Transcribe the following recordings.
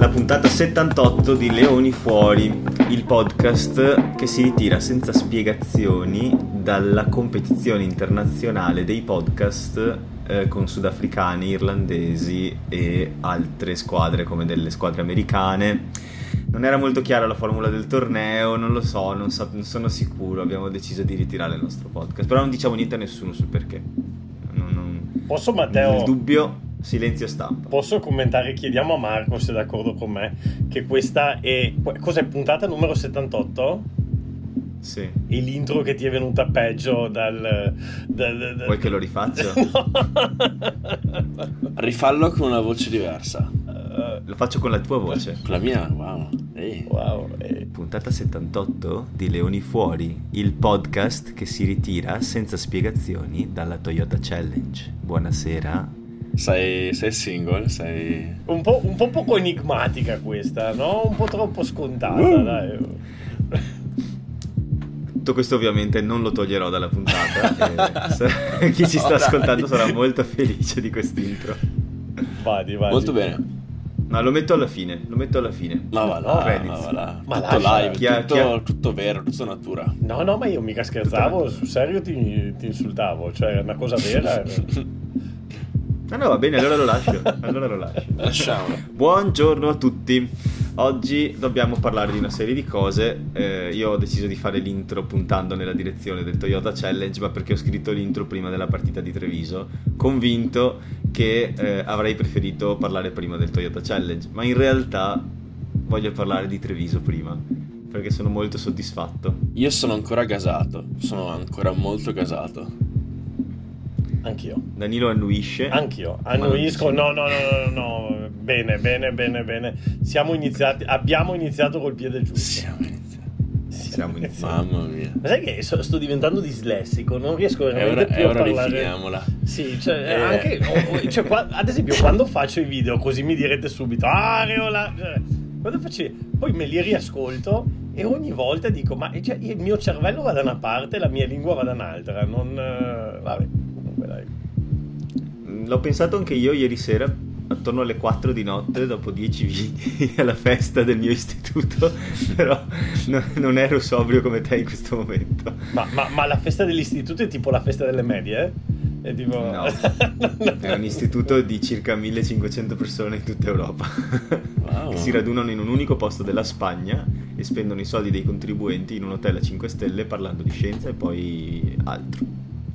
alla puntata 78 di Leoni Fuori, il podcast che si ritira senza spiegazioni dalla competizione internazionale dei podcast con sudafricani, irlandesi e altre squadre come delle squadre americane. Non era molto chiara la formula del torneo, non lo so, non sono sicuro, abbiamo deciso di ritirare il nostro podcast, però non diciamo niente a nessuno sul perché. Posso, Matteo? Il dubbio, silenzio stampa. Posso commentare? Chiediamo a Marco se è d'accordo con me che questa è... Cos'è, puntata numero 78? Sì. E l'intro che ti è venuta peggio dal... Vuoi che lo rifaccia? No. Rifallo con una voce diversa. Lo faccio con la tua voce. Con la mia? Wow. Wow. Puntata 78 di Leoni Fuori, il podcast che si ritira senza spiegazioni dalla Toyota Challenge. Buonasera. Sei single? Sei... Un po' poco enigmatica questa, no? Un po' troppo scontata, dai. Tutto questo ovviamente non lo toglierò dalla puntata e chi ci sta ascoltando sarà molto felice di quest'intro. Vadi. Molto bene. No, lo metto alla fine. Ma va là. Ma tutto lascia. live, tutto vero, tutto natura. No, ma io mica scherzavo, sul serio ti insultavo, cioè è una cosa vera. No, va bene, allora lo lascio. Lasciamo. Buongiorno a tutti. Oggi dobbiamo parlare di una serie di cose. Io ho deciso di fare l'intro puntando nella direzione del Toyota Challenge, ma perché ho scritto l'intro prima della partita di Treviso, convinto che avrei preferito parlare prima del Toyota Challenge, ma in realtà voglio parlare di Treviso prima, perché sono molto soddisfatto. Io sono ancora gasato, sono ancora molto gasato. Anch'io. Danilo annuisce. Anch'io annuisco. No. Bene. Abbiamo iniziato col piede giusto. Siamo iniziati. Mamma mia. Ma sai che sto diventando dislessico, non riesco veramente più a parlare. Rifiniamola. Sì, cioè anche ad esempio quando faccio i video, così mi direte subito Areola, quando poi me li riascolto e ogni volta dico il mio cervello va da una parte e la mia lingua va da un'altra, vabbè, comunque dai. L'ho pensato anche io ieri sera attorno alle 4 di notte dopo 10 vini alla festa del mio istituto, però non ero sobrio come te in questo momento. Ma la festa dell'istituto è tipo la festa delle medie? È tipo... No, è un istituto di circa 1500 persone in tutta Europa. Wow. Che si radunano in un unico posto della Spagna e spendono i soldi dei contribuenti in un hotel a 5 stelle parlando di scienza e poi altro.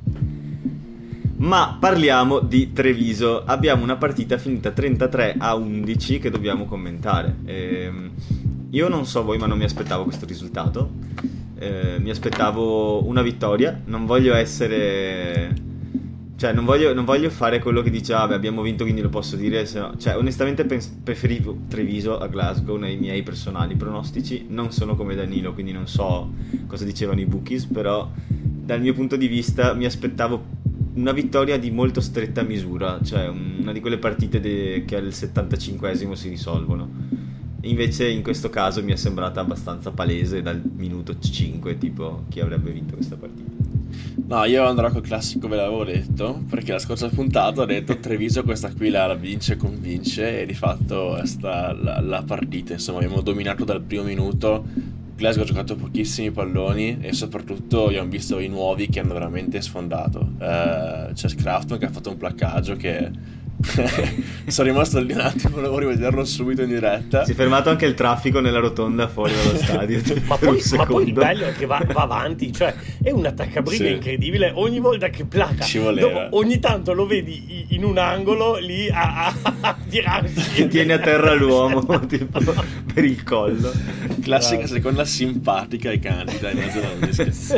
Ma parliamo di Treviso. Abbiamo una partita finita 33-11 che dobbiamo commentare. Io non so voi, ma non mi aspettavo questo risultato. Mi aspettavo una vittoria. Non voglio essere... Cioè, non voglio fare quello che dice abbiamo vinto quindi lo posso dire. Cioè, onestamente preferivo Treviso a Glasgow nei miei personali pronostici. Non sono come Danilo, quindi non so cosa dicevano i bookies, però dal mio punto di vista mi aspettavo una vittoria di molto stretta misura, cioè una di quelle partite che al 75esimo si risolvono. Invece in questo caso mi è sembrata abbastanza palese dal minuto 5, tipo chi avrebbe vinto questa partita. No, io andrò col classico, ve l'avevo detto, perché la scorsa puntata ho detto Treviso questa qui la vince, convince, e di fatto è stata la partita, insomma abbiamo dominato dal primo minuto. Glasgow ha giocato pochissimi palloni e soprattutto abbiamo visto i nuovi che hanno veramente sfondato. C'è Scrafton che ha fatto un placcaggio che sono rimasto lì un attimo, volevo rivederlo subito in diretta. Si è fermato anche il traffico nella rotonda fuori dallo stadio ma poi il bello è che va avanti, cioè è un attaccabriga incredibile. Ogni volta che placa ci voleva. Ogni tanto lo vedi in un angolo lì a tirarsi e tiene a terra l'uomo tipo, per il collo. Classica seconda simpatica e candida in mezzo alla disca.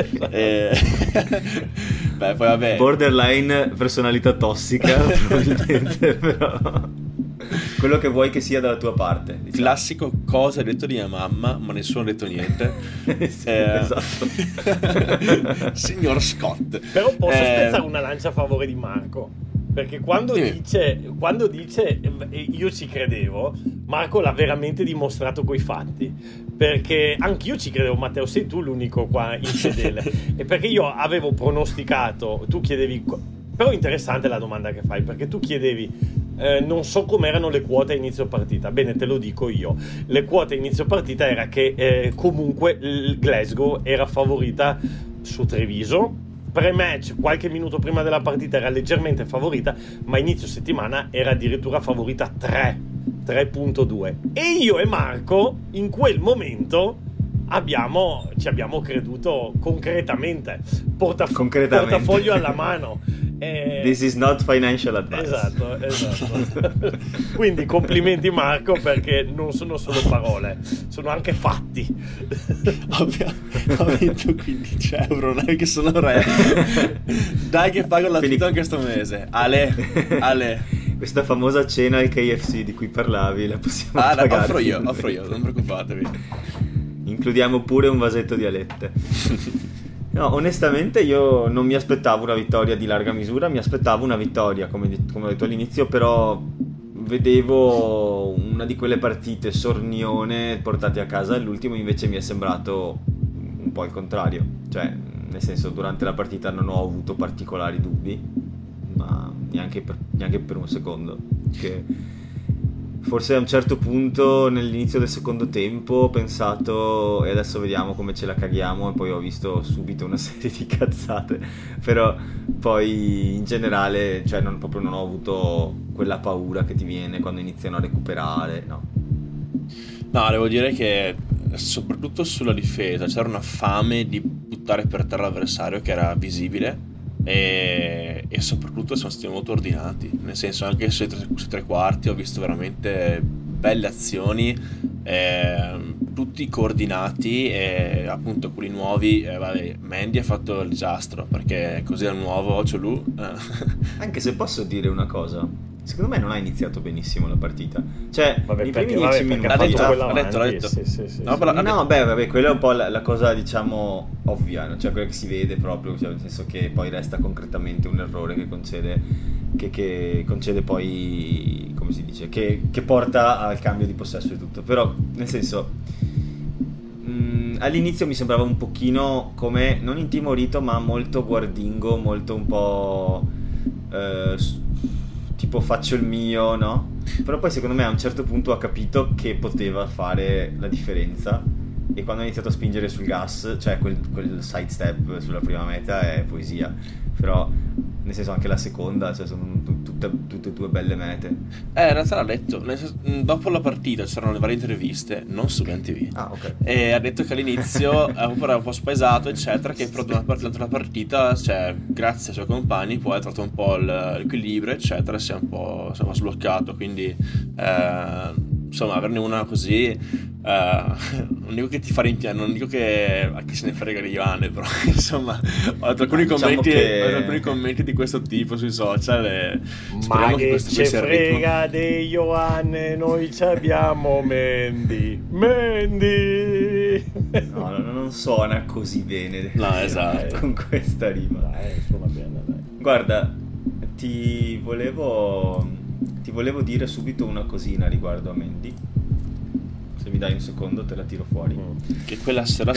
Beh, poi vabbè, borderline personalità tossica probabilmente, però quello che vuoi che sia dalla tua parte, diciamo. Classico cosa hai detto di mia mamma ma nessuno ha detto niente. Sì, esatto. Signor Scott. Però posso spezzare una lancia a favore di Marco, perché quando dice io ci credevo, Marco l'ha veramente dimostrato coi fatti, perché anch'io ci credevo. Matteo, sei tu l'unico qua in fedele e perché io avevo pronosticato, tu chiedevi, però interessante la domanda che fai, perché tu chiedevi non so com'erano le quote a inizio partita. Bene, te lo dico io. Le quote a inizio partita era che comunque il Glasgow era favorita su Treviso. Pre-match, qualche minuto prima della partita, era leggermente favorita, ma inizio settimana era addirittura favorita 3.2. E io e Marco in quel momento ci abbiamo creduto concretamente, portafoglio alla mano. This is not financial advice. Esatto. Quindi complimenti Marco, perché non sono solo parole, sono anche fatti. Ho vinto 15 euro, non è che sono re. Dai che pago l'affitto anche sto mese. Ale. Questa famosa cena al KFC di cui parlavi la possiamo pagare. Offro io, non preoccupatevi. Includiamo pure un vasetto di alette. No, onestamente io non mi aspettavo una vittoria di larga misura, mi aspettavo una vittoria, come ho detto all'inizio, però vedevo una di quelle partite sornione portate a casa, all'ultimo invece mi è sembrato un po' il contrario, cioè nel senso durante la partita non ho avuto particolari dubbi, ma neanche per un secondo, che forse a un certo punto nell'inizio del secondo tempo ho pensato e adesso vediamo come ce la caghiamo, e poi ho visto subito una serie di cazzate, però poi in generale cioè non ho avuto quella paura che ti viene quando iniziano a recuperare, no, devo dire che soprattutto sulla difesa c'era una fame di buttare per terra l'avversario che era visibile. E soprattutto siamo stati molto ordinati, nel senso anche sui tre quarti ho visto veramente belle azioni, tutti coordinati, e appunto quelli nuovi, Mendy ha fatto il disastro perché così è il nuovo Ciolù. Anche se posso dire una cosa, secondo me non ha iniziato benissimo la partita, cioè nei primi 10 minuti l'ha detto. Sì. Quella è un po' la cosa diciamo ovvia, no? Cioè quella che si vede proprio, cioè, nel senso che poi resta concretamente un errore che concede poi, come si dice, che porta al cambio di possesso e tutto, però nel senso all'inizio mi sembrava un pochino come, non intimorito ma molto guardingo, molto un po' tipo faccio il mio, no? Però poi secondo me a un certo punto ha capito che poteva fare la differenza, e quando ha iniziato a spingere sul gas, cioè quel sidestep sulla prima meta è poesia, però nel senso anche la seconda, cioè sono tutte e due belle mete. In realtà l'ha detto, dopo la partita c'erano le varie interviste, non su MTV. Ok. E ha detto che all'inizio era un po' spaesato eccetera, che però durante la partita, cioè grazie ai suoi compagni poi ha trovato un po' l'equilibrio eccetera, si è un po' sbloccato, quindi insomma averne una così, non dico che ti fa rimpiangere, non dico che a chi se ne frega di Ioane, però insomma ho letto alcuni commenti di questo tipo sui social, e ma che ci frega di Ioane, noi ci abbiamo Mendy. No, non suona così bene. No, esatto. Con questa rima. Suona bene, dai. Guarda, ti volevo dire subito una cosina riguardo a Mendy. Se mi dai un secondo te la tiro fuori. Che quella sera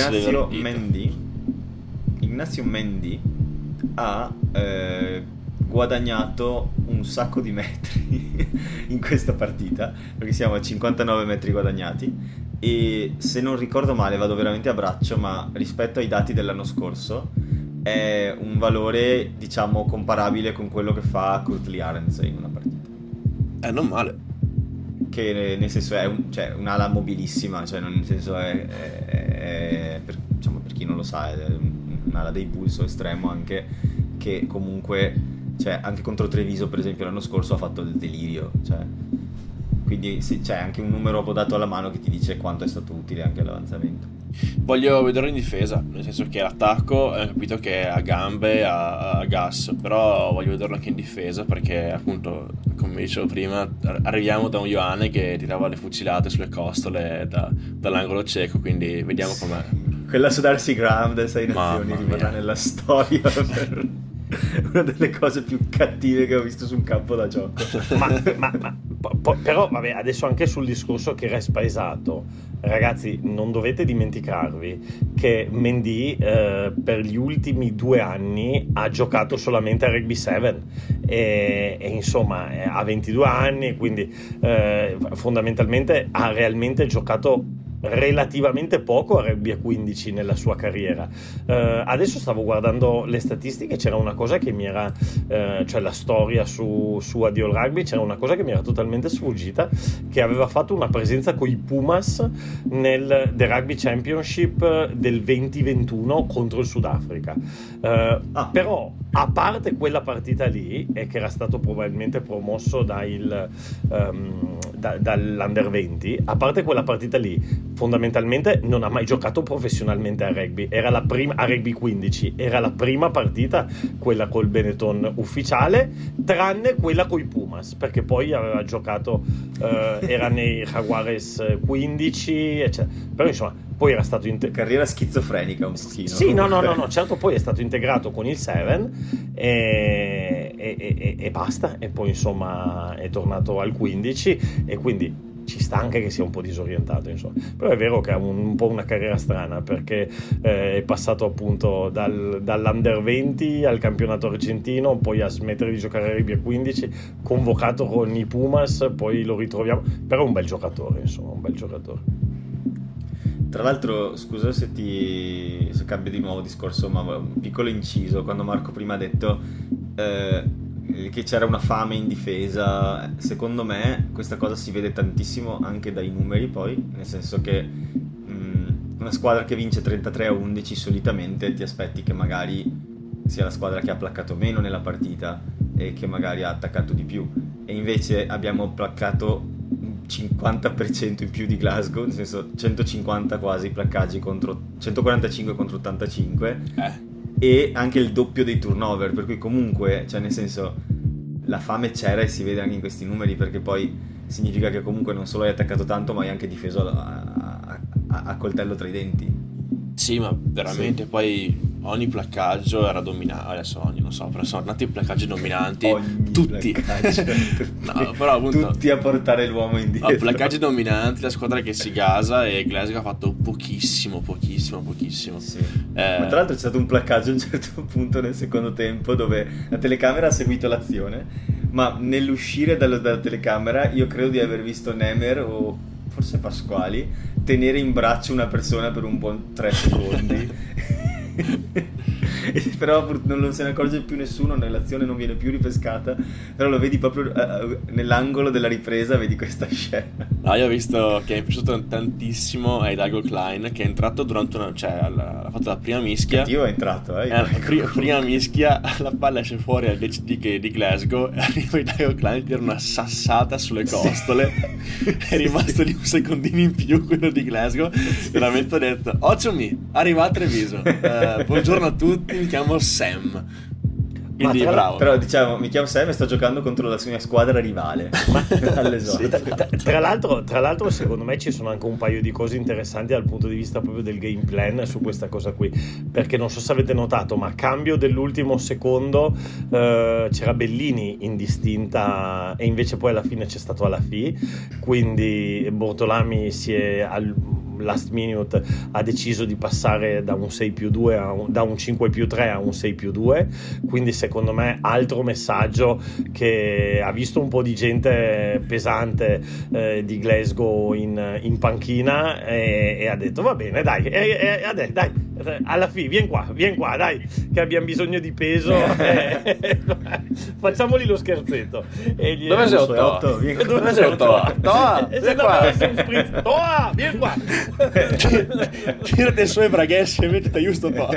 Ignacio Mendy ha guadagnato un sacco di metri in questa partita, perché siamo a 59 metri guadagnati, e se non ricordo male, vado veramente a braccio, ma rispetto ai dati dell'anno scorso è un valore diciamo comparabile con quello che fa Kurtley Arens in una partita. Non male. Che nel senso è un'ala mobilissima, cioè nel senso è per chi non lo sa, è un'ala dei pulso estremo, anche che comunque, cioè anche contro Treviso per esempio l'anno scorso ha fatto del delirio, cioè quindi c'è anche un numero dato alla mano che ti dice quanto è stato utile anche all'avanzamento. Voglio vederlo in difesa, nel senso che l'attacco ho capito che ha gambe, ha gas, però voglio vederlo anche in difesa, perché appunto, come dicevo prima, arriviamo da un Ioane che tirava le fucilate sulle costole dall'angolo cieco, quindi vediamo com'è. Quella su Darcy Graham del 6 Nazioni rimarrà nella storia per una delle cose più cattive che ho visto su un campo da gioco. ma Però vabbè, adesso anche sul discorso che resta esatto, ragazzi, non dovete dimenticarvi che Mendy per gli ultimi 2 anni ha giocato solamente a Rugby 7 e insomma ha 22 anni, quindi fondamentalmente ha realmente giocato relativamente poco a rugby a 15 nella sua carriera. Adesso stavo guardando le statistiche, c'era una cosa che mi era cioè la storia su Addio al Rugby, c'era una cosa che mi era totalmente sfuggita, che aveva fatto una presenza con i Pumas nel The Rugby Championship del 2021 contro il Sudafrica. Però a parte quella partita lì, e che era stato probabilmente promosso dall'Under 20, a parte quella partita lì, fondamentalmente non ha mai giocato professionalmente a rugby. Era la prima a rugby 15, era la prima partita quella col Benetton ufficiale, tranne quella coi Pumas, perché poi aveva giocato era nei Jaguares 15 eccetera. Però insomma poi era stato carriera schizofrenica un pochino. Sì, no, certo, poi è stato integrato con il 7 e basta, e poi insomma è tornato al 15 e quindi ci sta anche che sia un po' disorientato, insomma. Però è vero che ha un po' una carriera strana, perché è passato appunto dall'Under 20 al campionato argentino, poi a smettere di giocare a rugby a 15, convocato con i Pumas, poi lo ritroviamo, però è un bel giocatore, insomma, un bel giocatore. Tra l'altro, scusa se cambio di nuovo discorso, ma un piccolo inciso, quando Marco prima ha detto che c'era una fame in difesa, secondo me questa cosa si vede tantissimo anche dai numeri, poi nel senso che una squadra che vince 33-11 solitamente ti aspetti che magari sia la squadra che ha placcato meno nella partita e che magari ha attaccato di più, e invece abbiamo placcato 50% in più di Glasgow, nel senso 150 quasi placcaggi contro 145 contro 85 e anche il doppio dei turnover, per cui comunque, cioè nel senso, la fame c'era e si vede anche in questi numeri, perché poi significa che comunque non solo hai attaccato tanto ma hai anche difeso a coltello tra i denti. Sì, ma veramente sì. Poi ogni placcaggio era dominato, adesso ogni, non so, però sono andati i placcaggi dominanti tutti. No, però appunto, tutti a portare l'uomo indietro. Placcaggi dominanti, la squadra che si gasa, e Glasgow ha fatto pochissimo. Sì. Ma tra l'altro c'è stato un placcaggio a un certo punto nel secondo tempo dove la telecamera ha seguito l'azione, ma nell'uscire dalla telecamera io credo di aver visto Nemer o forse Pasquali tenere in braccio una persona per un buon 3 secondi. Però non se ne accorge più nessuno, l'azione non viene più ripescata, però lo vedi proprio nell'angolo della ripresa, vedi questa scena. No, io ho visto che mi è piaciuto tantissimo a Hidalgo Klein, che è entrato durante ha fatto la prima mischia. Io è entrato, prima mischia, la palla esce fuori al 10 di Glasgow, e arriva Hidalgo Klein, tira una sassata sulle costole. È rimasto lì un secondino in più quello di Glasgow. Veramente ho detto: Occiumi, arriva a Treviso, buongiorno a tutti, mi chiamo Sam. Quindi bravo. Però diciamo, mi chiamo Sam e sto giocando contro la sua squadra rivale. Sì. Tra l'altro secondo me ci sono anche un paio di cose interessanti dal punto di vista proprio del game plan su questa cosa qui, perché non so se avete notato, ma a cambio dell'ultimo secondo c'era Bellini in distinta e invece poi alla fine c'è stato Alafi, quindi Bortolami si è last minute ha deciso di passare da un 6+2 da un 5+3 a un 6+2, quindi secondo me altro messaggio, che ha visto un po' di gente pesante di Glasgow in panchina e ha detto va bene dai, dai alla fine vieni qua dai, che abbiamo bisogno di peso, facciamoli lo scherzetto. Dove sei Otto? Dove sei Otto? Toa, vieni qua. Tirati i suoi braghessi e mettiti giusto qua.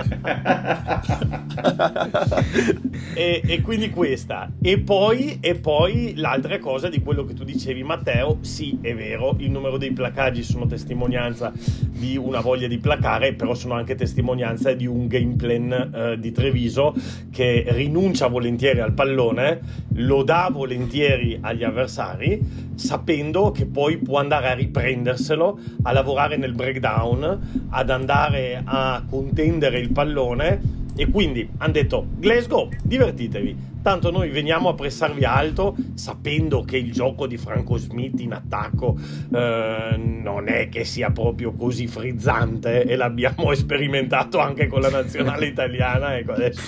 E quindi questa e poi l'altra cosa di quello che tu dicevi, Matteo. Sì, è vero, il numero dei placcaggi sono testimonianza di una voglia di placare, però sono anche testimonianza di un game plan di Treviso, che rinuncia volentieri al pallone, lo dà volentieri agli avversari, sapendo che poi può andare a riprenderselo, a lavorare nel breakdown, ad andare a contendere il pallone. E quindi hanno detto: Glasgow, divertitevi, tanto noi veniamo a pressarvi alto sapendo che il gioco di Franco Smith in attacco non è che sia proprio così frizzante, e l'abbiamo sperimentato anche con la nazionale italiana. Ecco, adesso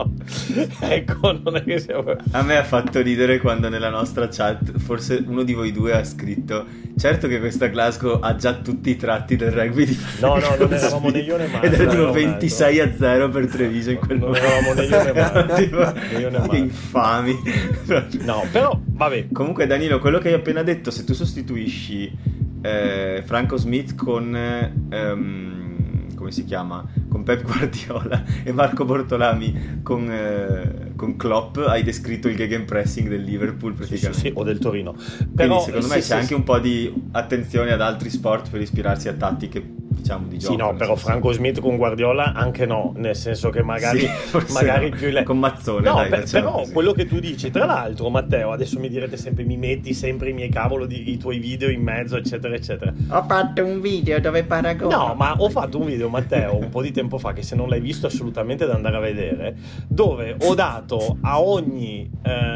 ecco, non è che siamo... A me ha fatto ridere quando nella nostra chat forse uno di voi due ha scritto: certo che questa Glasgow ha già tutti i tratti del rugby di No, non eravamo né io né Marco. ed erano 26-0 per Treviso in quel momento. Non eravamo né io né Marco. Che infami. No, però vabbè. Comunque Danilo, quello che hai appena detto, se tu sostituisci Franco Smith con come si chiama? Con Pep Guardiola e Marco Bortolami con Klopp, hai descritto il gegenpressing del Liverpool praticamente. Sì, o del Torino. Quindi Però secondo me c'è anche un po' di attenzione ad altri sport per ispirarsi a tattiche, diciamo, di gioco. Sì, no, però Franco Smith con Guardiola anche no, nel senso che magari, sì, magari no. più con Mazzone. No, dai, però così. quello che tu dici, tra l'altro, Matteo, adesso mi direte sempre, mi metti sempre i miei i tuoi video in mezzo, eccetera, eccetera. Ho fatto un video dove paragono. No, ma ho fatto un video, Matteo, un po' di tempo fa, che se non l'hai visto assolutamente da andare a vedere, dove ho dato a ogni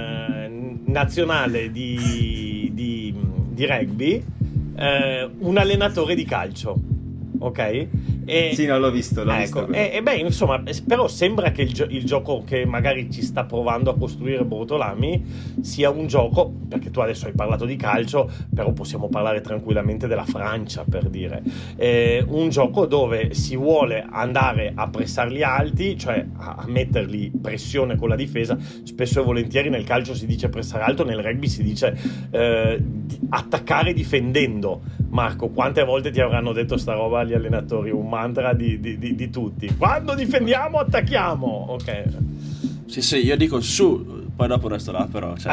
nazionale di rugby un allenatore di calcio, ok? Sì, no, l'ho visto. Ecco, e beh, insomma, però sembra che il gioco che magari ci sta provando a costruire Bortolami sia un gioco, perché tu adesso hai parlato di calcio, però possiamo parlare tranquillamente della Francia, per dire, un gioco dove si vuole andare a pressarli alti, cioè a metterli pressione con la difesa. Spesso e volentieri nel calcio si dice pressare alto, nel rugby si dice attaccare difendendo. Marco, quante volte ti avranno detto sta roba gli allenatori? Un mantra di tutti: quando difendiamo attacchiamo, ok? Sì, io dico su, poi dopo resto là, però cioè,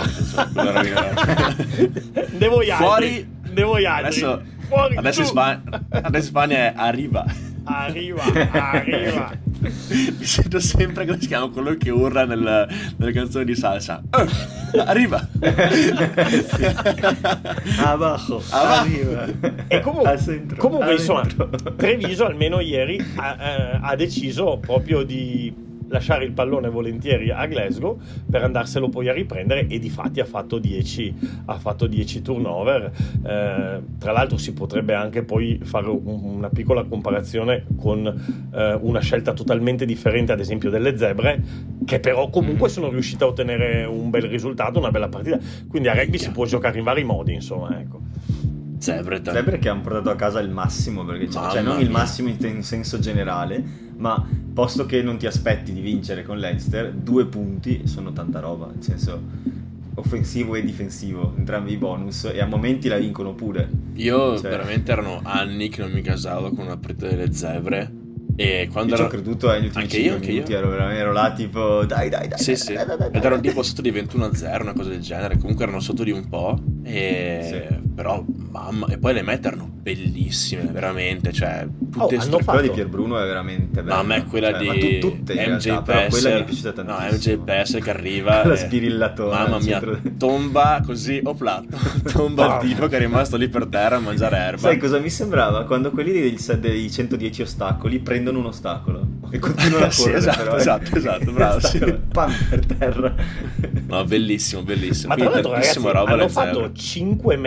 devo gli altri, fuori, devo gli altri. adesso, fuori, adesso in Spagna è arriva. Mi sento sempre, come si chiama quello che urla nelle canzoni di salsa, arriva. Sì. Abajo, arriva. E comunque al insomma, centro. Treviso almeno ieri ha deciso proprio di lasciare il pallone volentieri a Glasgow per andarselo poi a riprendere, e difatti ha fatto 10 turnover. Tra l'altro si potrebbe anche poi fare una piccola comparazione con una scelta totalmente differente, ad esempio delle Zebre, che però comunque sono riuscite a ottenere un bel risultato, una bella partita. Quindi a rugby si può giocare in vari modi, insomma, ecco. Zebre che hanno portato a casa il massimo, perché cioè non il massimo in senso generale, ma posto che non ti aspetti di vincere con Leinster, 2 punti sono tanta roba, nel senso offensivo e difensivo, entrambi i bonus, e a momenti la vincono pure. Io veramente erano anni che non mi casavo con una partita delle Zebre, e quando io ci ho creduto negli ultimi 5 minuti, ero là tipo dai. Sì. Ed erano tipo sotto di 21-0, una cosa del genere, comunque erano sotto di un po', però mamma, e poi le mete erano bellissime, veramente, cioè tutte quella di Pierbruno è veramente bella. No, a me quella di tutte in MJ realtà, però quella mi è Passer, piaciuta tantissimo. MJ Passer che arriva con la spirillatona, mamma mia, tomba così, tomba il tipo che è rimasto lì per terra a mangiare erba. Sai cosa mi sembrava? Quando quelli dei 110 ostacoli prendono un ostacolo e continuano a correre. Esatto, bravo. Sì. Pam, per terra. No, bellissimo. Ma tra l'altro, ragazzi, roba, hanno fatto 5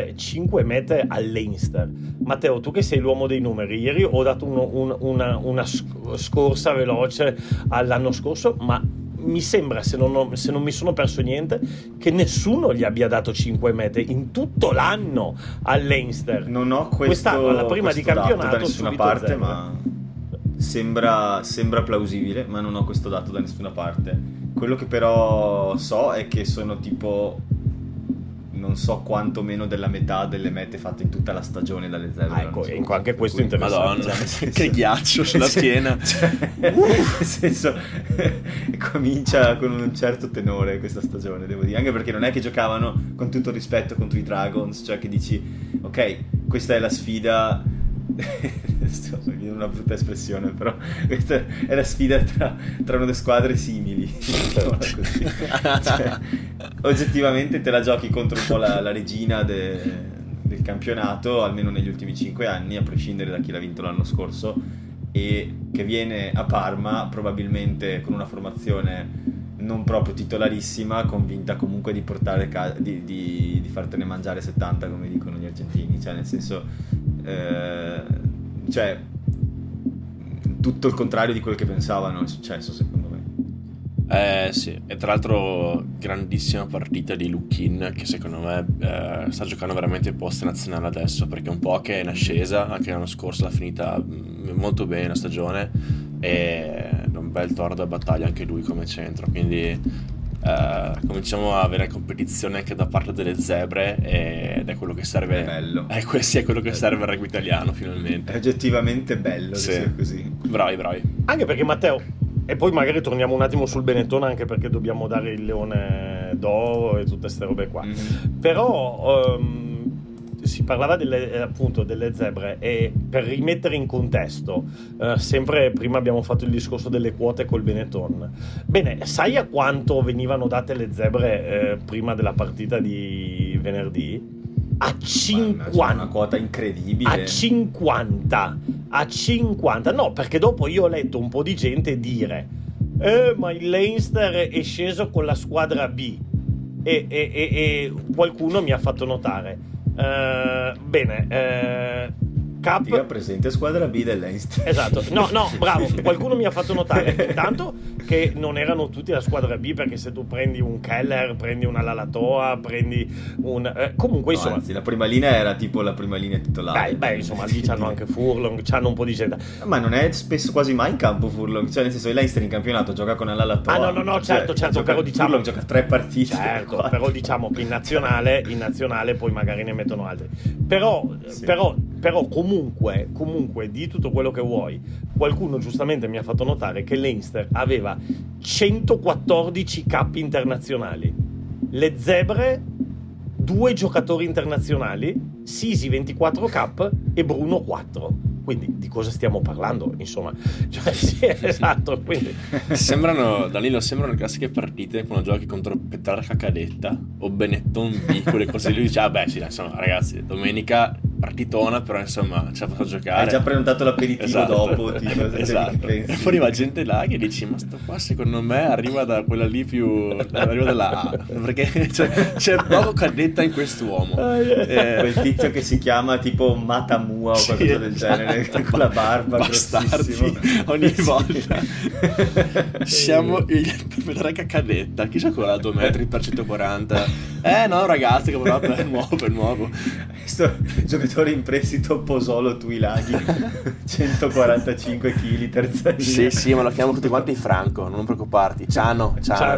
mete all'Einster. Matteo, tu che sei l'uomo dei numeri, ieri ho dato una scorsa veloce all'anno scorso, ma mi sembra, se non mi sono perso niente, che nessuno gli abbia dato 5 mete in tutto l'anno all'Einster. Non ho quest'anno alla prima di campionato da nessuna parte, ma sembra plausibile, ma non ho questo dato da nessuna parte. Quello che però so è che sono tipo, non so quanto meno della metà delle mete fatte in tutta la stagione dalle Zebre. Ecco, anche questo è interessante. Madonna, che ghiaccio sulla schiena. Nel senso, comincia con un certo tenore questa stagione, devo dire, anche perché non è che giocavano, con tutto il rispetto, contro i Dragons, cioè che dici ok, questa è la sfida. Sto facendo una brutta espressione, però questa è la sfida tra una squadre simili. Cioè, oggettivamente te la giochi contro un po' la regina del campionato, almeno negli ultimi 5 anni, a prescindere da chi l'ha vinto l'anno scorso, e che viene a Parma probabilmente con una formazione non proprio titolarissima, convinta comunque di portare di fartene mangiare 70, come dicono gli argentini, cioè nel senso cioè tutto il contrario di quello che pensavano è successo, secondo me. Sì, e tra l'altro grandissima partita di Lukin, che secondo me sta giocando veramente post nazionale adesso, perché un po' che è in ascesa, anche l'anno scorso l'ha finita molto bene la stagione, e un bel toro da battaglia anche lui come centro, quindi cominciamo a avere competizione anche da parte delle zebre, ed è quello che serve. È bello. Questo è quello che serve al rugby italiano finalmente. È oggettivamente bello, sì, che sia così. Bravi. Anche perché Matteo, e poi magari torniamo un attimo sul Benetton, anche perché dobbiamo dare il leone d'oro e tutte ste robe qua. Però si parlava appunto delle zebre, e per rimettere in contesto, sempre prima abbiamo fatto il discorso delle quote col Benetton. Bene, sai a quanto venivano date le zebre prima della partita di venerdì? A 50. Una quota incredibile. A 50. No, perché dopo io ho letto un po' di gente dire ma il Leinster è sceso con la squadra B, e qualcuno mi ha fatto notare Cap presente squadra B del Leinster. Esatto, no, bravo, qualcuno mi ha fatto notare intanto che non erano tutti la squadra B, perché se tu prendi un Keller, prendi una Lalatoa, prendi un comunque insomma, anzi, la prima linea era tipo la prima linea titolare. Beh, insomma, lì c'hanno anche Furlong, c'hanno un po' di gente. Ma non è spesso quasi mai in campo Furlong, cioè nel senso il Leinster in campionato gioca con la Lalatoa. No, certo, però diciamo Furlong gioca 3 partite. Certo, però diciamo che in nazionale poi magari ne mettono altri. Però comunque di tutto quello che vuoi, qualcuno giustamente mi ha fatto notare che Leinster aveva 114 cap internazionali, le zebre 2 giocatori internazionali, Sisi 24 cap e Bruno 4. Quindi di cosa stiamo parlando, insomma? Cioè, sì, esatto, quindi Danilo, sembrano le classiche partite quando giochi contro Petrarca Cadetta o Benetton B, quelle cose. Lui dice sì, insomma, ragazzi, domenica partitona, però insomma ce la posso giocare. Hai già prenotato l'aperitivo, esatto, dopo, esatto. E poi va gente là che dici, ma sto qua secondo me arriva da quella lì arriva dalla A, perché c'è poco Cadetta in quest'uomo. Quel tizio che si chiama tipo Matamua o qualcosa del genere, con la barba, bastardi ogni volta. Siamo il Petrarca Cadetta, chi c'è quella 2 metri per 140? No ragazzi, che è nuovo. Questo giocatore in prestito Posolo Tuilaghi, 145 kg, terza linea. Sì, ma lo chiamo tutti quanti Franco, non preoccuparti. Ciano.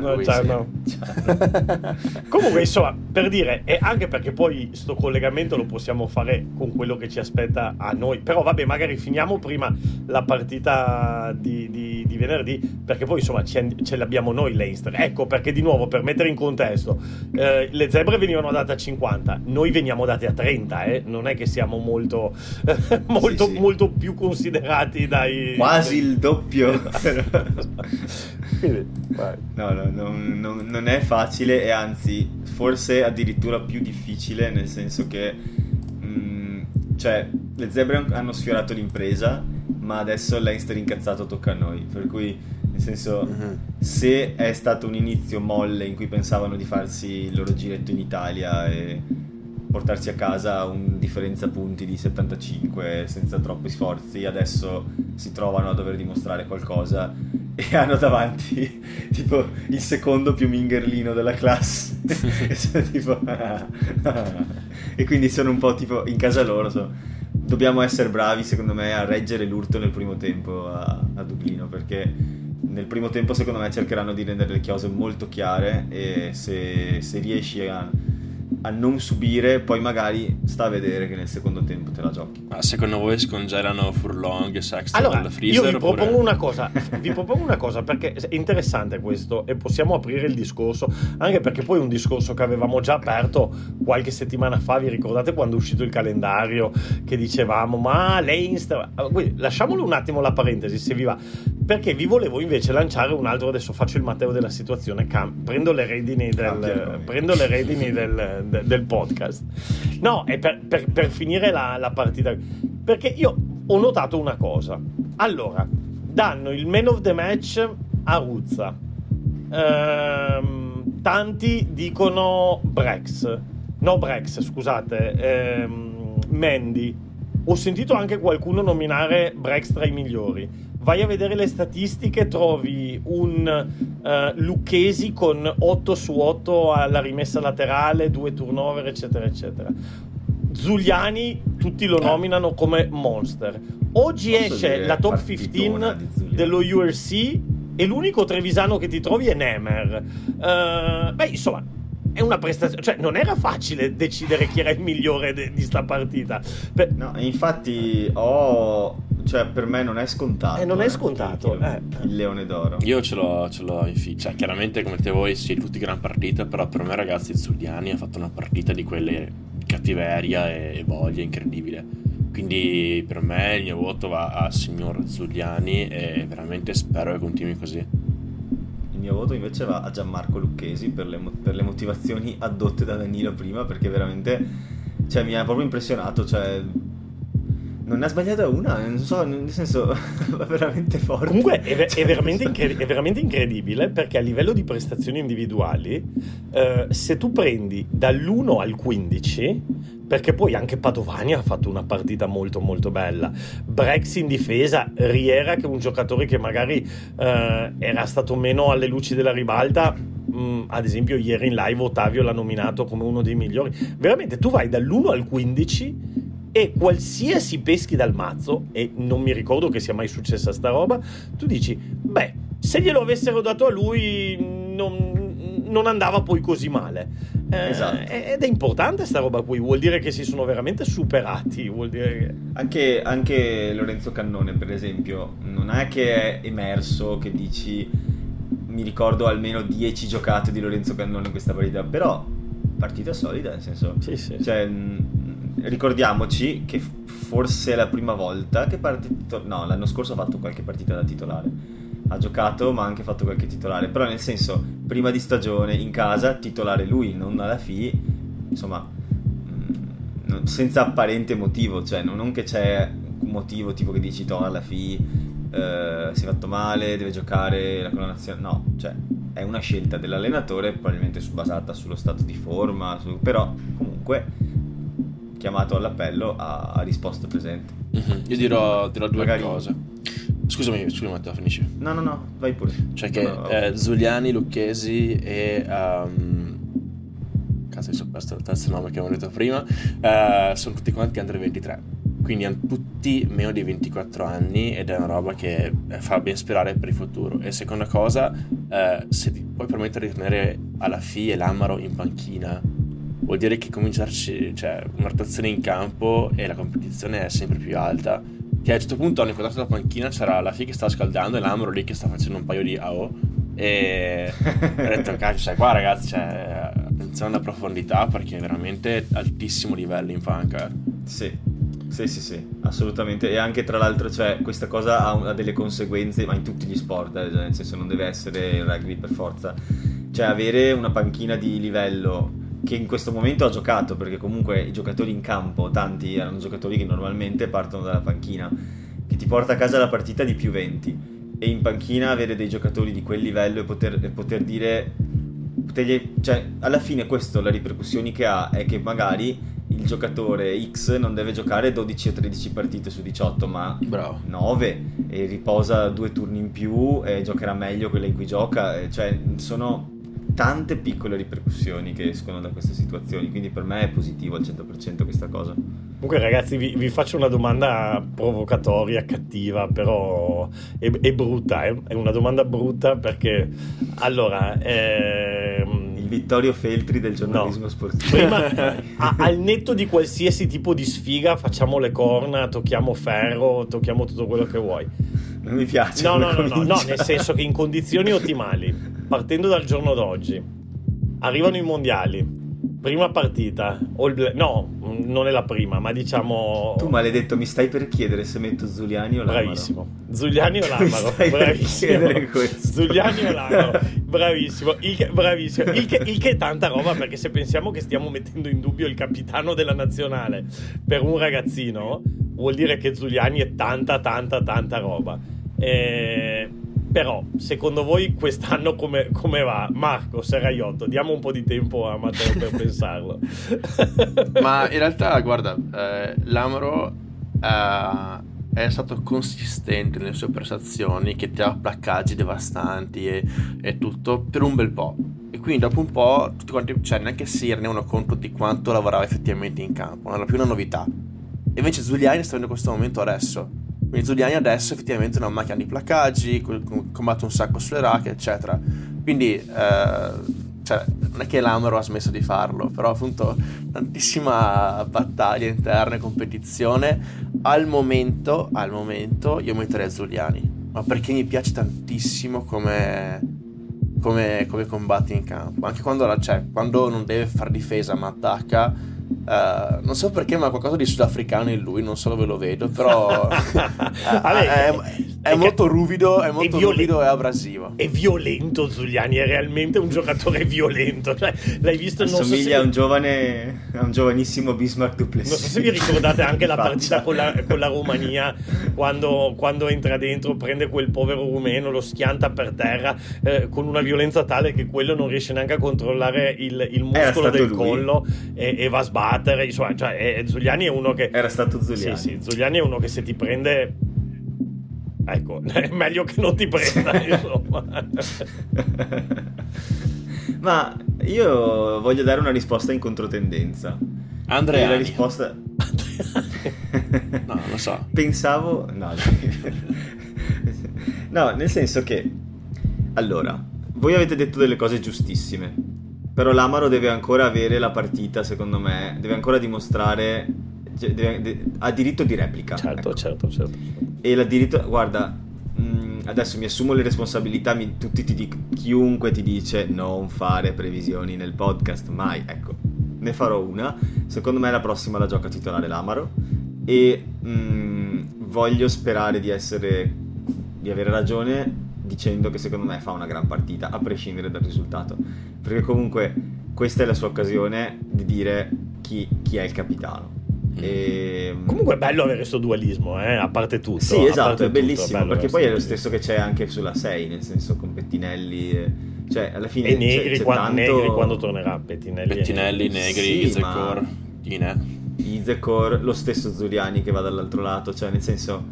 Comunque insomma, per dire, e anche perché poi sto collegamento lo possiamo fare con quello che ci aspetta a noi, però vabbè, magari finiamo prima la partita di venerdì, perché poi insomma ce l'abbiamo noi Leinster. Ecco perché, di nuovo, per mettere in contesto, le zebre venivano date a 50, noi veniamo date a 30, non è che siamo molto più considerati dai... Quasi il doppio. Quindi, vai. No, non è facile, e anzi forse addirittura più difficile, nel senso che cioè le zebre hanno sfiorato l'impresa, ma adesso Leinster incazzato tocca a noi, per cui nel senso se è stato un inizio molle in cui pensavano di farsi il loro giretto in Italia e portarsi a casa un differenza punti di 75 senza troppi sforzi, adesso si trovano a dover dimostrare qualcosa e hanno davanti tipo il secondo più mingerlino della classe e sono tipo e quindi sono un po' tipo in casa loro. Dobbiamo essere bravi, secondo me, a reggere l'urto nel primo tempo a Dublino, perché nel primo tempo secondo me cercheranno di rendere le chiose molto chiare, e se riesci a non subire, poi magari sta a vedere che nel secondo tempo te la giochi. Ma secondo voi scongelano Furlong e Sexton allora, al freezer? Io vi propongo una cosa, perché è interessante questo, e possiamo aprire il discorso, anche perché poi è un discorso che avevamo già aperto qualche settimana fa. Vi ricordate quando è uscito il calendario che dicevamo ma Leinster? Quindi lasciamolo un attimo la parentesi, se vi va, perché vi volevo invece lanciare un altro. Adesso faccio il Matteo della situazione, prendo le redini del podcast. No, è per finire la partita, perché io ho notato una cosa. Allora, danno il man of the match a Ruzza, tanti dicono Mendy. Ho sentito anche qualcuno nominare Brex tra i migliori. Vai a vedere le statistiche, trovi un Lucchesi con 8 su 8 alla rimessa laterale, 2 turnover, eccetera eccetera. Zuliani tutti lo nominano come monster. Oggi esce la top 15 dello URC e l'unico trevisano che ti trovi è Nemer. Insomma, è una prestazione, cioè non era facile decidere chi era il migliore di sta partita. No, infatti cioè per me non è scontato. Non è scontato. Il Leone d'Oro. Io ce l'ho cioè chiaramente come te voi sì, tutti gran partita, però per me ragazzi Zuliani ha fatto una partita di quelle cattiveria e voglia incredibile. Quindi per me il mio voto va a signor Zuliani e veramente spero che continui così. Il mio voto invece va a Gianmarco Lucchesi per le motivazioni addotte da Danilo prima, perché veramente, cioè, mi ha proprio impressionato, cioè non ne ha sbagliata una, non so, nel senso va veramente forte. Comunque è veramente incredibile, perché a livello di prestazioni individuali se tu prendi dall'1 al 15, perché poi anche Padovani ha fatto una partita molto molto bella, Brex in difesa, Riera che è un giocatore che magari era stato meno alle luci della ribalta, ad esempio ieri in live Ottavio l'ha nominato come uno dei migliori. Veramente tu vai dall'1 al 15 e qualsiasi peschi dal mazzo, e non mi ricordo che sia mai successa sta roba, tu dici, se glielo avessero dato a lui non andava poi così male. Esatto. Ed è importante sta roba qui, vuol dire che si sono veramente superati, vuol dire che... Anche Lorenzo Cannone, per esempio, non è che è emerso che dici, mi ricordo almeno 10 giocate di Lorenzo Cannone in questa partita, però partita solida, nel senso, sì. Cioè, ricordiamoci che forse è la prima volta che l'anno scorso ha fatto qualche partita da titolare, ha giocato ma ha anche fatto qualche titolare, però nel senso prima di stagione in casa titolare lui, non alla FI, insomma, senza apparente motivo, cioè non che c'è un motivo tipo che dici alla FI si è fatto male, deve giocare con la nazionale, no, cioè è una scelta dell'allenatore, probabilmente basata sullo stato di forma, però comunque chiamato all'appello ha risposto presente. Io dirò due cose. Scusami Matteo, finisci. No, vai pure. Cioè che Zuliani, Lucchesi e cazzo, mi sono perso il terzo nome che avevo detto prima, sono tutti quanti under 23, quindi hanno tutti meno di 24 anni ed è una roba che fa ben sperare per il futuro. E seconda cosa, se ti puoi permettere di tenere alla FI e l'Amaro in panchina, vuol dire che cominciarci, cioè una rotazione in campo e la competizione è sempre più alta, che a un certo punto hanno inquadrato la panchina, c'era la FI che stava scaldando e l'Amaro lì che sta facendo un paio di AO e ho detto cazzo, cioè qua ragazzi, cioè, attenzione alla profondità perché è veramente altissimo livello in panca. Sì, assolutamente. E anche tra l'altro, cioè, questa cosa ha delle conseguenze, ma in tutti gli sport, nel senso non deve essere il rugby per forza, cioè avere una panchina di livello che in questo momento ha giocato, perché comunque i giocatori in campo, tanti erano giocatori che normalmente partono dalla panchina, che ti porta a casa la partita di più 20, e in panchina avere dei giocatori di quel livello e poter dire, cioè alla fine questo, le ripercussioni che ha è che magari il giocatore X non deve giocare 12 o 13 partite su 18 ma 9 e riposa 2 turni in più e giocherà meglio quella in cui gioca, cioè sono tante piccole ripercussioni che escono da queste situazioni, quindi per me è positivo al 100% questa cosa. Comunque ragazzi vi faccio una domanda provocatoria, cattiva, però è brutta, è una domanda brutta perché allora il Vittorio Feltri del giornalismo sportivo. Prima al netto di qualsiasi tipo di sfiga facciamo le corna, tocchiamo ferro, tocchiamo tutto quello che vuoi. Non mi piace. No, nel senso che in condizioni ottimali, partendo dal giorno d'oggi, arrivano i mondiali, prima partita, non è la prima, ma diciamo... Tu maledetto, mi stai per chiedere se metto Zuliani o Lamaro? Bravissimo. Zuliani o Lamaro? Bravissimo. Zuliani o Lamaro? Bravissimo. Il che è tanta roba, perché se pensiamo che stiamo mettendo in dubbio il capitano della nazionale per un ragazzino, vuol dire che Zuliani è tanta roba. Però, secondo voi quest'anno come va? Marco, Serraiotto, diamo un po' di tempo a Matteo per pensarlo. Ma in realtà, guarda, Lamaro è stato consistente nelle sue prestazioni, che ti ha placcaggi devastanti e tutto per un bel po'. E quindi dopo un po' tutti quanti, cioè neanche si rendevano conto di quanto lavorava effettivamente in campo, non era più una novità. E invece Zuliani sta avendo questo momento adesso. Quindi Zuliani adesso effettivamente è una macchina di placcaggi, combatte un sacco sulle racket, eccetera. Quindi cioè, non è che Lamaro ha smesso di farlo, però appunto tantissima battaglia interna e competizione. Al momento io metterei Zuliani, ma perché mi piace tantissimo come combatti in campo, anche quando non deve far difesa ma attacca. Non so perché, ma qualcosa di sudafricano in lui, non so dove lo vedo, però è molto ruvido, è molto ruvido e abrasivo. È violento Zuliani, è realmente un giocatore violento, cioè, l'hai visto? Assomiglia a un giovanissimo Bismarck Duplessis. Non so se vi ricordate anche la partita con la Romania, quando entra dentro, prende quel povero rumeno, lo schianta per terra con una violenza tale che quello non riesce neanche a controllare il muscolo del collo e va a sbattere. Insomma, cioè, Zuliani è uno che... Era stato Zuliani. Sì, Zuliani è uno che se ti prende... Ecco, è meglio che non ti prenda, insomma. Ma io voglio dare una risposta in controtendenza. Andrea. La risposta... No, lo so. Pensavo... No, nel senso che... Allora, voi avete detto delle cose giustissime. Però Lamaro deve ancora avere la partita, secondo me. Deve ancora dimostrare... ha diritto di replica. Certo, ecco. certo. E la diritto... Guarda... Adesso mi assumo le responsabilità, chiunque ti dice non fare previsioni nel podcast, mai, ecco, ne farò una. Secondo me la prossima la gioca titolare Lamaro e voglio sperare di avere ragione dicendo che secondo me fa una gran partita a prescindere dal risultato, perché comunque questa è la sua occasione di dire chi è il capitano. Comunque è bello avere questo dualismo, a parte tutto. Sì, esatto, è bellissimo, bello perché poi è lo stesso che c'è anche sulla 6, nel senso con Pettinelli, cioè alla fine e Negri, Negri quando tornerà. Pettinelli, Negri, sì, Izekor, Izekor, lo stesso Zuliani che va dall'altro lato, cioè nel senso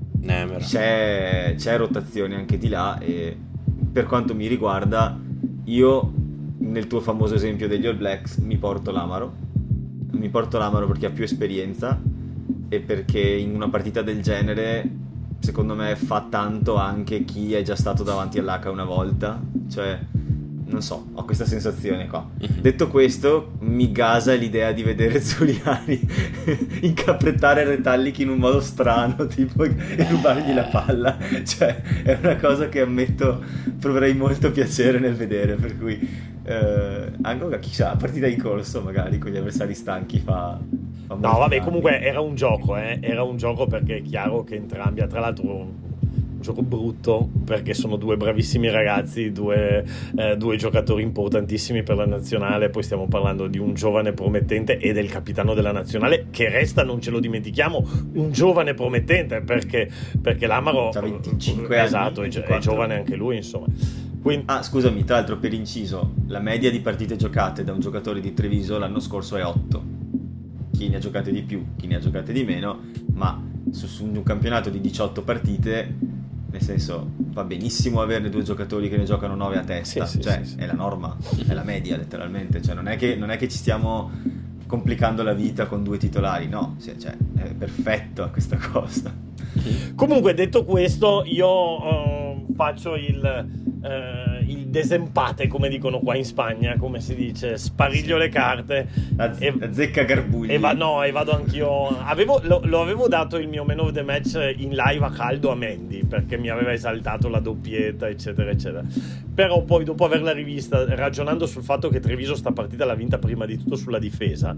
c'è rotazione anche di là. E per quanto mi riguarda, io nel tuo famoso esempio degli All Blacks mi porto Lamaro perché ha più esperienza e perché in una partita del genere secondo me fa tanto anche chi è già stato davanti all'H una volta, cioè non so, ho questa sensazione qua. Detto questo, mi gasa l'idea di vedere Zuliani incaprettare Retallick in un modo strano, tipo, e rubargli la palla, cioè è una cosa che ammetto proverei molto piacere nel vedere, per cui anche chissà, partita in corso magari con gli avversari stanchi fa no vabbè, comunque era un gioco perché è chiaro che entrambi, tra l'altro un gioco brutto perché sono due bravissimi ragazzi, due giocatori importantissimi per la nazionale. Poi stiamo parlando di un giovane promettente e del capitano della nazionale che resta, non ce lo dimentichiamo, un giovane promettente perché Lamaro ha 25 anni, esatto, è giovane anche lui, insomma. Quindi... scusami, tra l'altro, per inciso, la media di partite giocate da un giocatore di Treviso l'anno scorso è 8. Chi ne ha giocate di più, chi ne ha giocate di meno, ma su un campionato di 18 partite, nel senso, va benissimo averne due giocatori che ne giocano 9 a testa, sì, è la norma, è la media letteralmente, cioè non è che ci stiamo complicando la vita con due titolari, no, cioè, è perfetto questa cosa. Comunque, detto questo, io faccio il desempate, come dicono qua in Spagna, come si dice, spariglio le carte, azzecca Garbugli, e vado anch'io. Lo avevo dato il mio man of the match in live a caldo a Mendy perché mi aveva esaltato la doppietta, eccetera eccetera. Però poi, dopo averla rivista, ragionando sul fatto che Treviso sta partita l'ha vinta prima di tutto sulla difesa,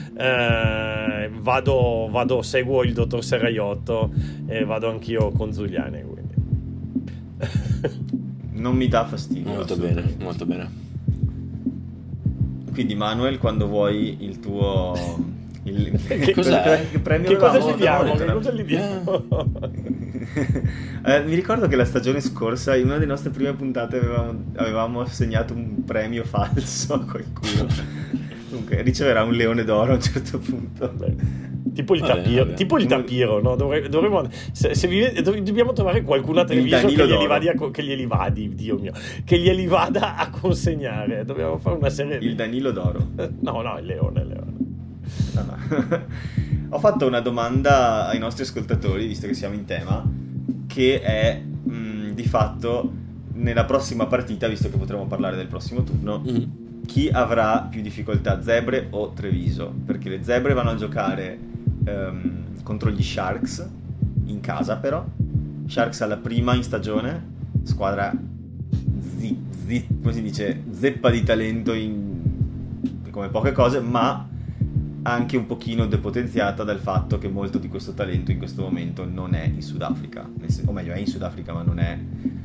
seguo il dottor Serraiotto e vado anch'io con Zuliani, quindi non mi dà fastidio. Molto bene, molto bene. Quindi Manuel, quando vuoi il tuo Che cos'è? Che premio Che cosa avevamo? ci diamo? Abbiamo Che detto, cosa gli diamo? mi ricordo che la stagione scorsa, in una delle nostre prime puntate, avevamo assegnato un premio falso a qualcuno. Comunque, riceverà un leone d'oro a un certo punto. Tipo il Vabbè, tapiro, vabbè. tipo il tapiro, no? Dovremmo, dobbiamo trovare qualcuno a Treviso Danilo che glieli vada a consegnare. Dobbiamo fare una serie Il Danilo d'oro. No, il leone. Ah. Ho fatto una domanda ai nostri ascoltatori, visto che siamo in tema, che è di fatto nella prossima partita, visto che potremo parlare del prossimo turno, chi avrà più difficoltà, Zebre o Treviso? Perché le Zebre vanno a giocare contro gli Sharks in casa, però Sharks alla prima in stagione, squadra come si dice, zeppa di talento come poche cose, ma anche un pochino depotenziata dal fatto che molto di questo talento in questo momento non è in Sudafrica, o meglio è in Sudafrica ma non è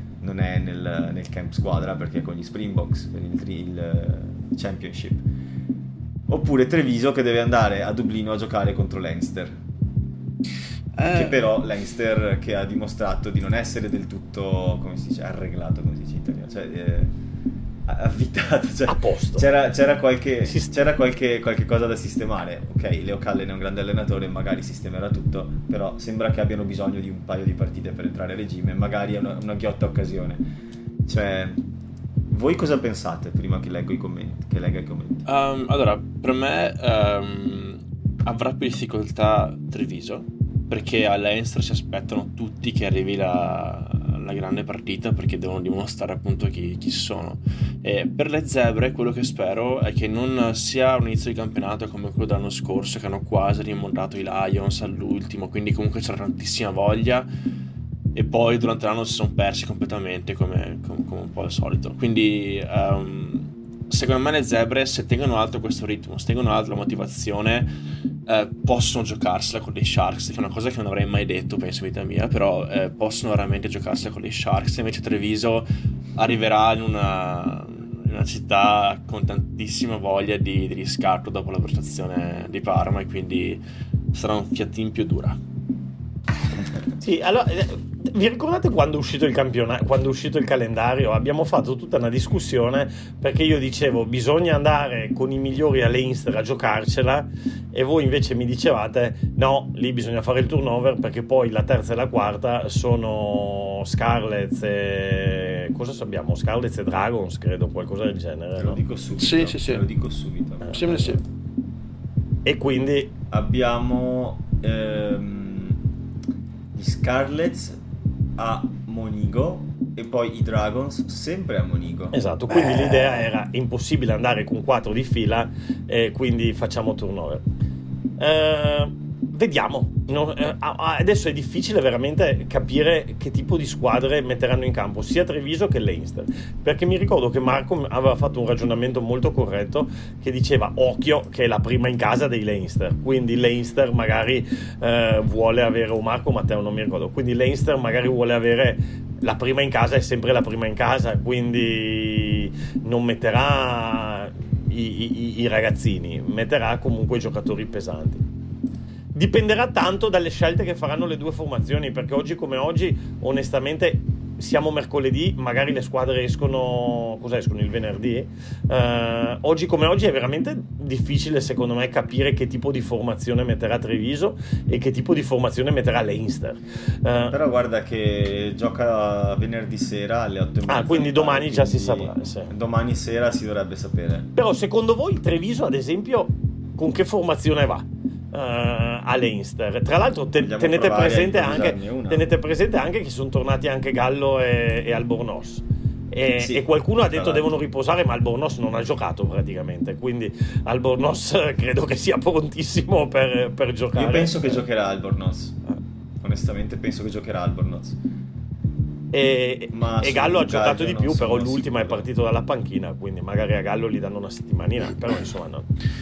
nel camp squadra, perché è con gli Springboks per il Championship. Oppure Treviso che deve andare a Dublino a giocare contro Leinster, che però Leinster che ha dimostrato di non essere del tutto, come si dice, arreglato, come si dice in italiano, cioè avvitato, cioè, a posto. C'era qualche cosa da sistemare. Ok, Leo Cullen è un grande allenatore, magari sistemerà tutto, però sembra che abbiano bisogno di un paio di partite per entrare a regime, magari è una ghiotta occasione. Cioè, voi cosa pensate prima che legga i commenti? Allora, per me avrà più difficoltà Treviso, perché a Leinster si aspettano tutti che arrivi la grande partita, perché devono dimostrare appunto chi sono. E per le Zebre quello che spero è che non sia un inizio di campionato come quello dell'anno scorso, che hanno quasi rimontato i Lions all'ultimo, quindi comunque c'era tantissima voglia e poi durante l'anno si sono persi completamente come un po' al solito. Quindi secondo me le Zebre, se tengono alto questo ritmo, se tengono alto la motivazione, possono giocarsela con dei Sharks, che è una cosa che non avrei mai detto, penso, in vita mia, però possono veramente giocarsela con dei Sharks. Invece Treviso arriverà in una città con tantissima voglia di riscatto dopo la prestazione di Parma, e quindi sarà un fiatin più dura. Sì, allora, vi ricordate quando è uscito il campionato, quando è uscito il calendario? Abbiamo fatto tutta una discussione, perché io dicevo bisogna andare con i migliori a Leinster a giocarcela, e voi invece mi dicevate no, lì bisogna fare il turnover, perché poi la terza e la quarta sono Scarlets e cosa sappiamo? Scarlets e Dragons, credo, qualcosa del genere. Te lo no? dico subito. Sì. Te lo dico subito. Sì. E quindi abbiamo gli Scarlets a Monigo e poi i Dragons sempre a Monigo. esatto, quindi l'idea era impossibile andare con 4 di fila, e quindi facciamo turnover. Vediamo. Adesso è difficile veramente capire che tipo di squadre metteranno in campo sia Treviso che Leinster, perché mi ricordo che Marco aveva fatto un ragionamento molto corretto, che diceva occhio che è la prima in casa dei Leinster, quindi Leinster magari vuole avere, o Marco Matteo non mi ricordo, quindi Leinster magari vuole avere la prima in casa, è sempre la prima in casa, quindi non metterà i ragazzini, metterà comunque i giocatori pesanti. Dipenderà tanto dalle scelte che faranno le due formazioni, perché oggi come oggi, onestamente, siamo mercoledì, magari le squadre escono il venerdì. Oggi come oggi è veramente difficile, secondo me, capire che tipo di formazione metterà Treviso e che tipo di formazione metterà Leinster. Però guarda che gioca venerdì sera alle 8:30. Quindi domani già si saprà. Sì. Domani sera si dovrebbe sapere. Però secondo voi Treviso, ad esempio, con che formazione va a Leinster? Tra l'altro tenete presente anche che sono tornati anche Gallo e Albornoz, e qualcuno ha detto devono riposare, ma Albornoz non ha giocato praticamente, quindi Albornoz credo che sia prontissimo per giocare. Io penso che giocherà Albornoz, onestamente penso che giocherà Albornoz. E Gallo ha giocato di più, però l'ultima sicuro. è partito dalla panchina, quindi magari a Gallo gli danno una settimanina, però insomma no.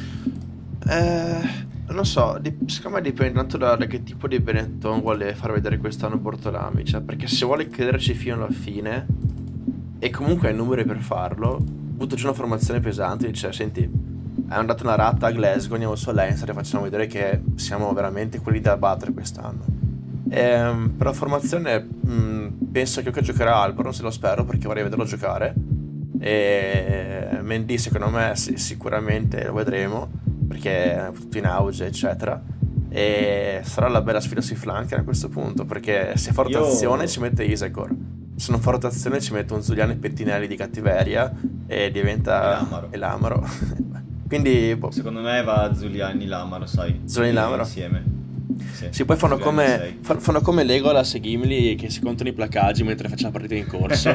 Non so, secondo me dipende tanto da che tipo di Benetton vuole far vedere quest'anno Bortolami, cioè, perché se vuole crederci fino alla fine e comunque ha i numeri per farlo, butta giù una formazione pesante e dice senti, hanno dato una rata a Glasgow, andiamo su Leinster e facciamo vedere che siamo veramente quelli da battere quest'anno. Per la formazione penso che giocherà Alboron, se lo spero, perché vorrei vederlo giocare. E Mendy secondo me sicuramente lo vedremo, perché è tutto in auge eccetera, e sarà la bella sfida sui flanchi a questo punto, perché se fa rotazione ci mette Isegor, se non fa rotazione ci mette un Zuliani e Pettinelli di cattiveria e diventa Lamaro. Quindi secondo me va Zuliani Lamaro, sai, Zuliani Lamaro insieme. Sì, poi fanno come Legolas e Gimli che si contano i placaggi mentre facciamo partite in corso.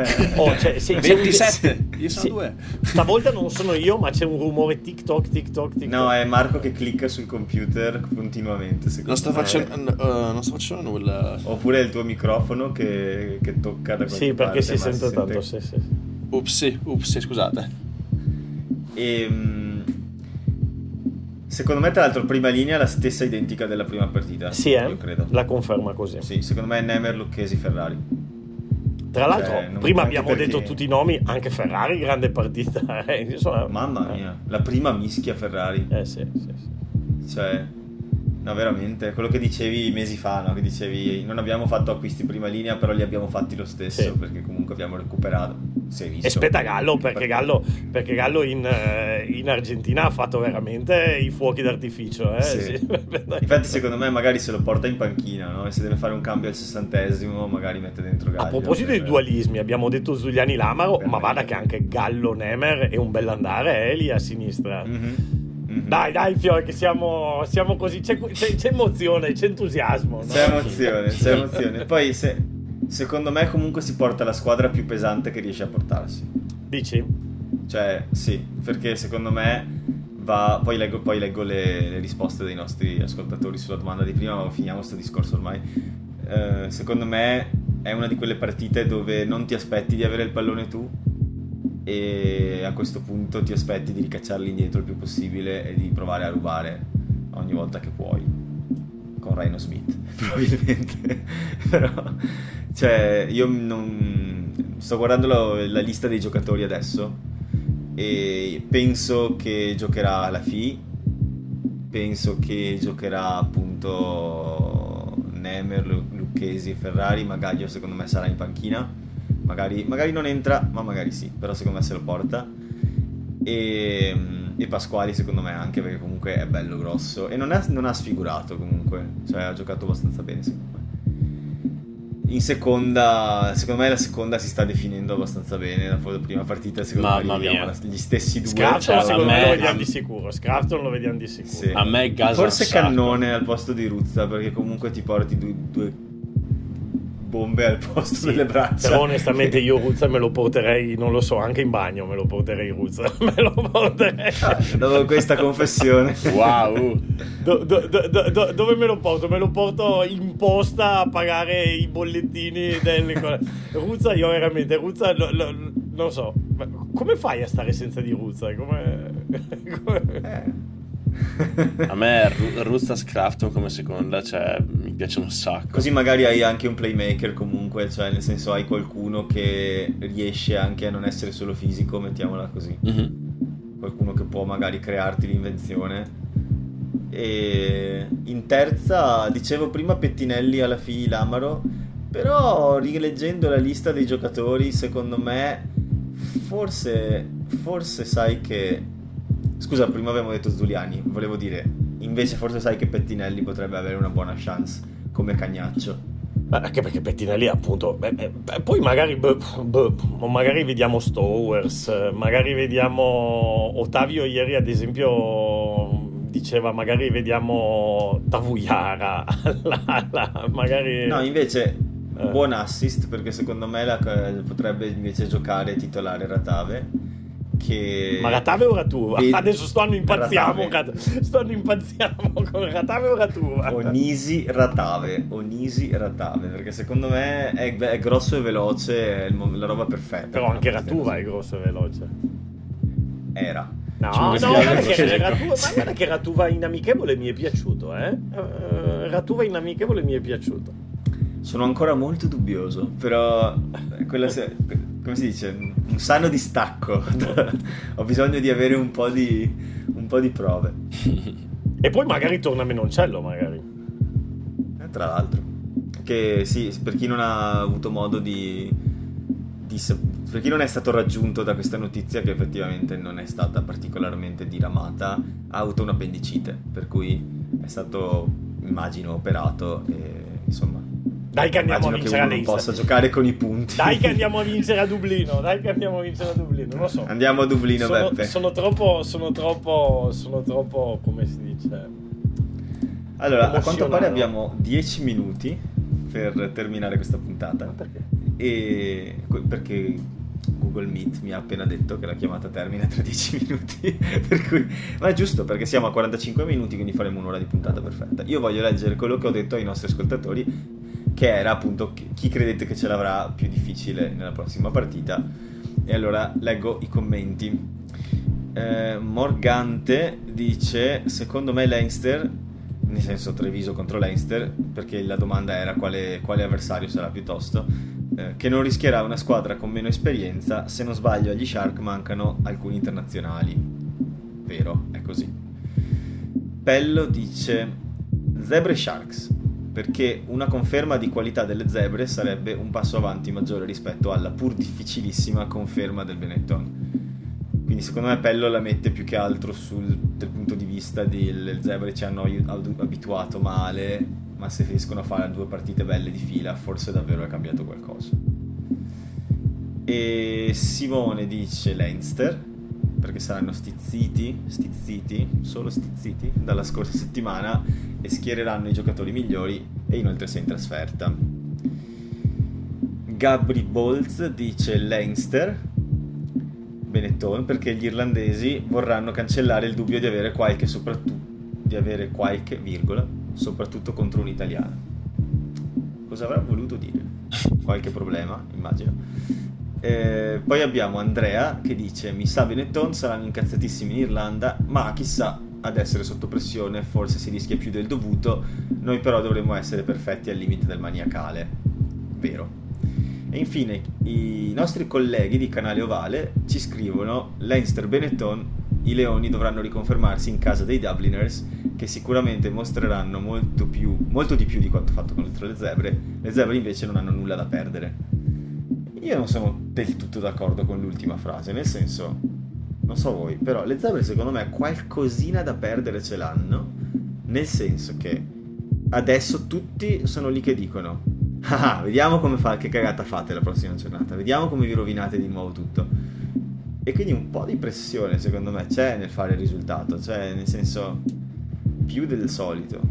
27, io sono 2. Stavolta non sono io, ma c'è un rumore TikTok. No, è Marco che clicca sul computer continuamente. Non sto facendo nulla. Oppure è il tuo microfono che tocca da qualche Sì, perché parte, si sente tanto. Sì. Upsi, scusate. Secondo me, tra l'altro, prima linea è la stessa identica della prima partita. Sì, io credo. La conferma così. Sì, secondo me è Nemer, Lucchesi, Ferrari. Tra l'altro, prima abbiamo detto tutti i nomi, anche Ferrari, grande partita. Insomma, mamma mia, la prima mischia Ferrari. Sì. Cioè, no, veramente, quello che dicevi mesi fa, no? Che dicevi, non abbiamo fatto acquisti prima linea, però li abbiamo fatti lo stesso, perché comunque abbiamo recuperato. E spetta Gallo, perché Gallo in Argentina ha fatto veramente i fuochi d'artificio. Sì. Infatti secondo me magari se lo porta in panchina, no? E se deve fare un cambio al 60esimo magari mette dentro Gallo. A proposito di dualismi, abbiamo detto Zuliani Lamaro, ma vada che anche Gallo Nemer è un bell'andare lì a sinistra. Dai Fiore, che siamo così, c'è emozione, c'è entusiasmo, no? C'è emozione. Poi secondo me comunque si porta la squadra più pesante che riesce a portarsi. Dici? Cioè sì, perché secondo me poi leggo le risposte dei nostri ascoltatori sulla domanda di prima, ma finiamo questo discorso ormai. Secondo me è una di quelle partite dove non ti aspetti di avere il pallone tu, e a questo punto ti aspetti di ricacciarli indietro il più possibile e di provare a rubare ogni volta che puoi, con Rhino Smith probabilmente. Però cioè io non sto guardando la lista dei giocatori adesso e penso che giocherà la FI, penso che giocherà appunto Nemer, Lucchesi e Ferrari. Magaglio secondo me sarà in panchina. Magari non entra, ma magari sì, però secondo me se lo porta. E Pasquali secondo me anche, perché comunque è bello grosso e non ha sfigurato comunque, cioè ha giocato abbastanza bene secondo me. In seconda, secondo me la seconda si sta definendo abbastanza bene. Dopo la prima partita secondo me vediamo gli stessi due. Scrafton secondo me lo vediamo di sicuro. Scrafton lo vediamo di sicuro. Sì. A me Gaza forse Cannone al posto di Ruzza, perché comunque ti porti due bombe al posto delle braccia. Però onestamente io Ruzza me lo porterei, non lo so, anche in bagno me lo porterei Ruzza. Me lo porterei. Dopo questa confessione. Wow. Dove me lo porto? Me lo porto in posta a pagare i bollettini Ruzza. Io veramente Ruzza non so. Come fai a stare senza di Ruzza? A me Ruzza Scrafton come seconda, cioè mi piace un sacco. Così magari hai anche un playmaker comunque, cioè nel senso hai qualcuno che riesce anche a non essere solo fisico, mettiamola così. Qualcuno che può magari crearti l'invenzione. E in terza dicevo prima Pettinelli alla fine Lamaro, però rileggendo la lista dei giocatori secondo me forse sai che, scusa, prima avevamo detto Zuliani, volevo dire invece forse sai che Pettinelli potrebbe avere una buona chance come Cagnaccio, anche perché Pettinelli appunto poi magari magari vediamo Stowers, magari vediamo Ottavio ieri ad esempio diceva magari vediamo Tavuyara magari no, invece buon assist, perché secondo me potrebbe invece giocare titolare Ratave. Ma Ratave o Ratuva? Adesso impazziamo con Ratave o Ratuva? Onisi Ratave, perché secondo me è grosso e veloce, è la roba perfetta. Però anche Ratuva è grosso e veloce. Era. No, guarda che Ratuva in amichevole mi è piaciuto, Ratuva in amichevole mi è piaciuto. Sono ancora molto dubbioso, però come si dice, un sano distacco. Ho bisogno di avere un po' di un po' di prove. E poi magari torna Menoncello, magari. Tra l'altro. Che sì, per chi non ha avuto modo per chi non è stato raggiunto da questa notizia, che effettivamente non è stata particolarmente diramata, ha avuto un'appendicite, per cui è stato, immagino, operato e insomma... Dai che andiamo a vincere a Leinster. Non possa giocare con i punti. Dai che andiamo a vincere a Dublino. Non lo so. Andiamo a Dublino, Beppe. Sono troppo, come si dice? Allora, a quanto pare abbiamo 10 minuti per terminare questa puntata. Ma perché? Perché Google Meet mi ha appena detto che la chiamata termina tra 10 minuti. Per cui... Ma è giusto, perché siamo a 45 minuti, quindi faremo un'ora di puntata perfetta. Io voglio leggere quello che ho detto ai nostri ascoltatori, che era appunto chi credete che ce l'avrà più difficile nella prossima partita. E allora leggo i commenti. Morgante dice: secondo me Leinster, nel senso Treviso contro Leinster, perché la domanda era quale avversario sarà piuttosto, che non rischierà una squadra con meno esperienza. Se non sbaglio agli Shark mancano alcuni internazionali. Vero, è così. Pello dice: Zebre Sharks, perché una conferma di qualità delle Zebre sarebbe un passo avanti maggiore rispetto alla pur difficilissima conferma del Benetton. Quindi secondo me Pello la mette più che altro dal punto di vista delle Zebre ci hanno abituato male, ma se riescono a fare 2 partite belle di fila forse davvero è cambiato qualcosa. E Simone dice Leinster, perché saranno stizziti dalla scorsa settimana e schiereranno i giocatori migliori, e inoltre sei in trasferta. Gabri Bolz dice Leinster Benetton, perché gli irlandesi vorranno cancellare il dubbio di avere qualche virgola, soprattutto contro un italiano. Cosa avrà voluto dire? Qualche problema, immagino. Poi abbiamo Andrea che dice: mi sa Benetton saranno incazzatissimi in Irlanda, ma chissà, ad essere sotto pressione forse si rischia più del dovuto, noi però dovremmo essere perfetti al limite del maniacale. Vero. E infine i nostri colleghi di Canale Ovale ci scrivono: Leinster Benetton, i leoni dovranno riconfermarsi in casa dei Dubliners, che sicuramente mostreranno molto di più di quanto fatto contro le Zebre. Le Zebre invece non hanno nulla da perdere. Io non sono del tutto d'accordo con l'ultima frase, nel senso, non so voi, però le Zebre secondo me qualcosina da perdere ce l'hanno, nel senso che adesso tutti sono lì che dicono: ah, vediamo che cagata fate la prossima giornata, vediamo come vi rovinate di nuovo tutto. E quindi un po' di pressione secondo me c'è nel fare il risultato, cioè nel senso più del solito.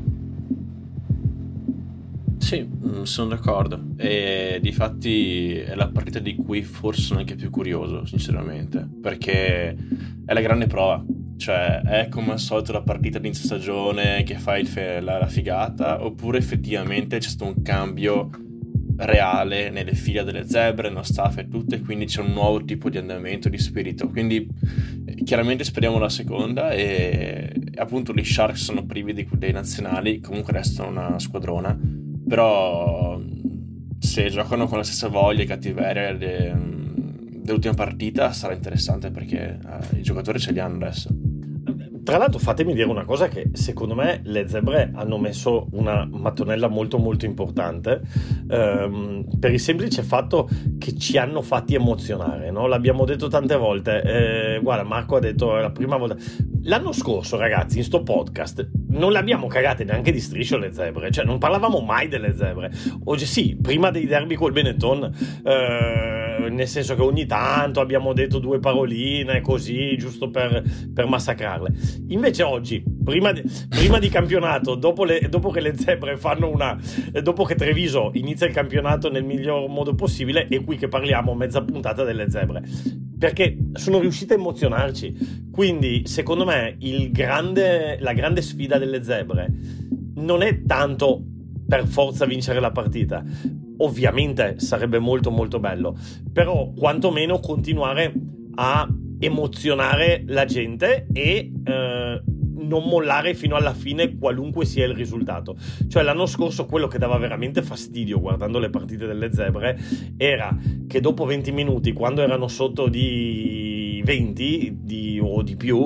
Sì, sono d'accordo, e difatti è la partita di cui forse sono anche più curioso, sinceramente, perché è la grande prova, cioè è come al solito la partita di inizio stagione che fa la figata, oppure effettivamente c'è stato un cambio reale nelle fila delle Zebre, nello staff e tutto, e quindi c'è un nuovo tipo di andamento, di spirito. Quindi chiaramente speriamo la seconda, e appunto gli Sharks sono privi dei nazionali, comunque restano una squadrona, però se giocano con la stessa voglia e cattiveria dell'ultima partita sarà interessante, perché i giocatori ce li hanno adesso. Tra l'altro fatemi dire una cosa, che secondo me le Zebre hanno messo una mattonella molto molto importante, per il semplice fatto che ci hanno fatti emozionare, no? L'abbiamo detto tante volte, guarda, Marco ha detto la prima volta l'anno scorso, ragazzi, in sto podcast non le abbiamo cagate neanche di striscio le Zebre, cioè non parlavamo mai delle Zebre. Oggi sì, prima dei derby col Benetton, nel senso che ogni tanto abbiamo detto 2 paroline così, giusto per massacrarle. Invece oggi, prima di campionato, dopo che le Zebre dopo che Treviso inizia il campionato nel miglior modo possibile, è qui che parliamo mezza puntata delle Zebre, perché sono riuscite a emozionarci. Quindi secondo me la grande sfida delle Zebre non è tanto per forza vincere la partita, ovviamente sarebbe molto molto bello, però quantomeno continuare a emozionare la gente e non mollare fino alla fine qualunque sia il risultato. Cioè l'anno scorso quello che dava veramente fastidio guardando le partite delle Zebre era che dopo 20 minuti, quando erano sotto di 20 o di più,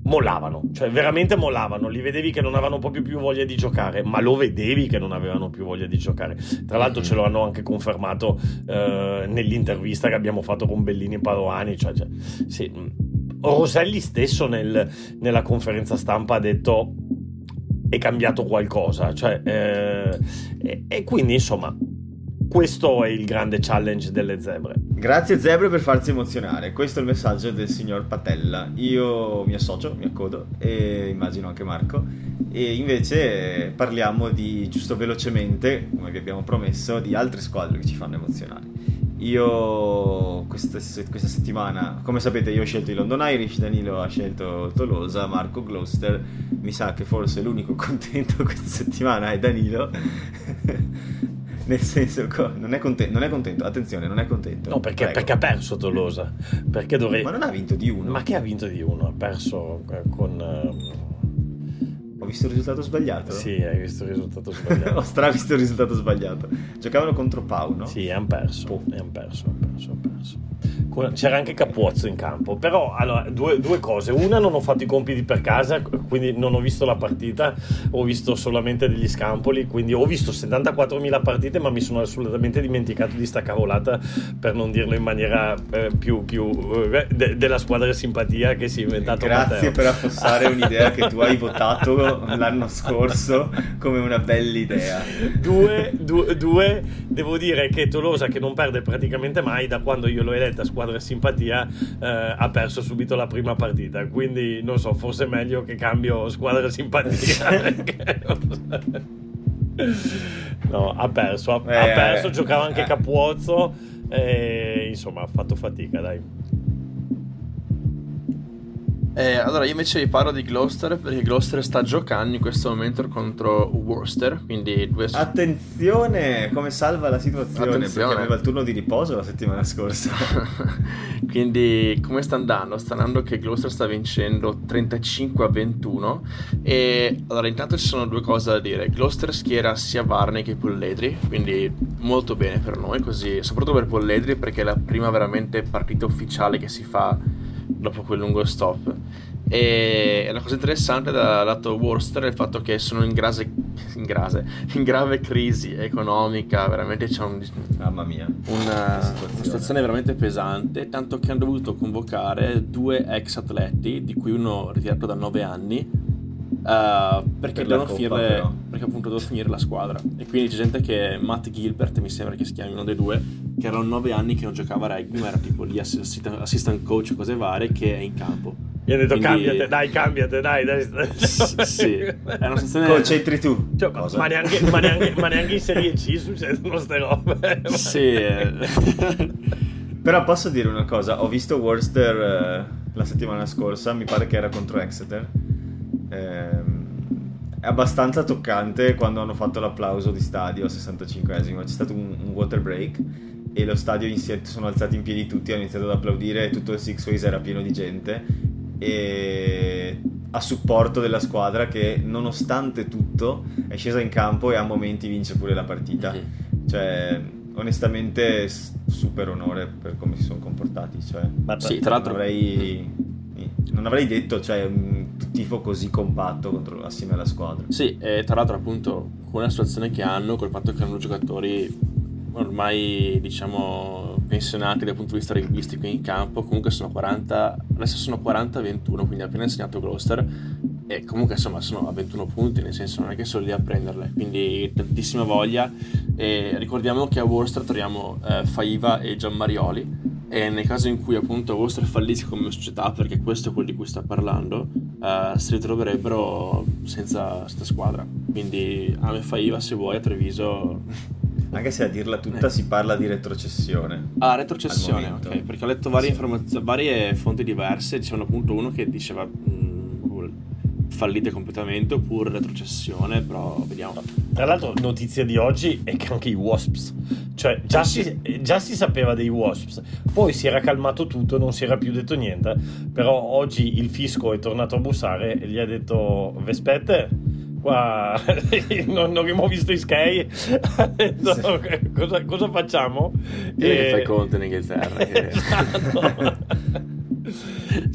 mollavano, cioè veramente mollavano, li vedevi che non avevano proprio più voglia di giocare, ma lo vedevi che non avevano più voglia di giocare. Tra l'altro ce lo hanno anche confermato nell'intervista che abbiamo fatto con Bellini e Padoani, cioè sì, Roselli stesso nella conferenza stampa ha detto è cambiato qualcosa, cioè e quindi insomma questo è il grande challenge delle zebre. Grazie zebre per farsi emozionare, questo è il messaggio del signor Patella. Io mi associo, mi accodo, e immagino anche Marco, e invece parliamo di, giusto velocemente, come vi abbiamo promesso, di altre squadre che ci fanno emozionare. Io questa settimana, come sapete, io ho scelto i London Irish, Danilo ha scelto Tolosa, Marco Gloucester. Mi sa che forse l'unico contento questa settimana è Danilo. Nel senso, non è contento, attenzione, non è contento. No, perché ha perso Tolosa. Perché dovrei... Ma non ha vinto di uno. Ma che ha vinto di uno? Ha perso con... Ho visto il risultato sbagliato? Sì, hai visto il risultato sbagliato. Ho stravisto il risultato sbagliato. Giocavano contro Pau, no? Sì, hanno perso. C'era anche Capuozzo in campo. Però, allora, due cose. Una, non ho fatto i compiti per casa, quindi non ho visto la partita. Ho visto solamente degli scampoli. Quindi ho visto 74.000 partite, ma mi sono assolutamente dimenticato di sta cavolata, per non dirlo in maniera più della squadra simpatia che si è inventato. Grazie per affossare un'idea che tu hai votato l'anno scorso come una bella idea. Due, devo dire che Tolosa, che non perde praticamente mai da quando io l'ho eletta squadra simpatia, ha perso subito la prima partita, quindi non so, forse è meglio che cambio squadra simpatia. No, ha perso, giocava anche Capuozzo, insomma ha fatto fatica, dai. Allora io invece vi parlo di Gloucester, perché Gloucester sta giocando in questo momento contro Worcester, quindi attenzione come salva la situazione. Perché aveva il turno di riposo la settimana scorsa. Quindi come sta andando? Sta andando che Gloucester sta vincendo 35-21. E allora intanto ci sono due cose da dire. Gloucester schiera sia Varney che Polledri, quindi molto bene per noi, così, soprattutto per Polledri, perché è la prima veramente partita ufficiale che si fa dopo quel lungo stop. E la cosa interessante dal lato Worcester è il fatto che sono in grave crisi economica, veramente c'è mamma mia, una situazione veramente pesante, tanto che hanno dovuto convocare due ex atleti, di cui uno ritirato da 9 anni, perché appunto devono finire la squadra. E quindi c'è gente che Matt Gilbert, mi sembra che si chiami uno dei due, che erano 9 anni che non giocava a rugby, ma era tipo lì assistant coach, cose varie, che è in campo. Gli ha detto quindi... cambiate, dai. Sì, è una situazione... Concentri tu. Cioè, ma neanche in Serie C succedono ste robe. Sì. Però posso dire una cosa, ho visto Worcester la settimana scorsa, mi pare che era contro Exeter. È abbastanza toccante quando hanno fatto l'applauso di stadio al 65esimo. C'è stato un water break e lo stadio insieme sono alzati in piedi tutti, hanno iniziato ad applaudire, tutto il Six Ways era pieno di gente, e a supporto della squadra che nonostante tutto è scesa in campo e a momenti vince pure la partita. Cioè onestamente super onore per come si sono comportati, cioè, sì, tra l'altro non avrei detto, cioè, un tifo così compatto assieme alla squadra. Sì, e tra l'altro appunto con la situazione che hanno, col fatto che hanno giocatori ormai diciamo pensionati dal punto di vista rugbistico in campo, comunque adesso sono 40-21, quindi appena insegnato Gloucester, e comunque insomma sono a 21 punti, nel senso non è che sono lì a prenderle, quindi tantissima voglia. E ricordiamo che a Worcester troviamo Faiva e Gianmarioli, e nel caso in cui appunto Worcester fallisca come società, perché questo è quello di cui sta parlando, si ritroverebbero senza squadra. Quindi a me Faiva, se vuoi, a Treviso. Anche se a dirla tutta si parla di retrocessione. Ah, retrocessione, ok, perché ho letto varie fonti diverse, dicevano appunto uno che diceva fallite completamente oppure retrocessione, però vediamo. Tra l'altro notizia di oggi è che anche i Wasps, cioè già si sapeva dei Wasps, poi si era calmato tutto, non si era più detto niente, però oggi il fisco è tornato a bussare e gli ha detto Vespette, qua non abbiamo visto i Sky, ha detto cosa facciamo? Che fai conto in Inghilterra che... Esatto.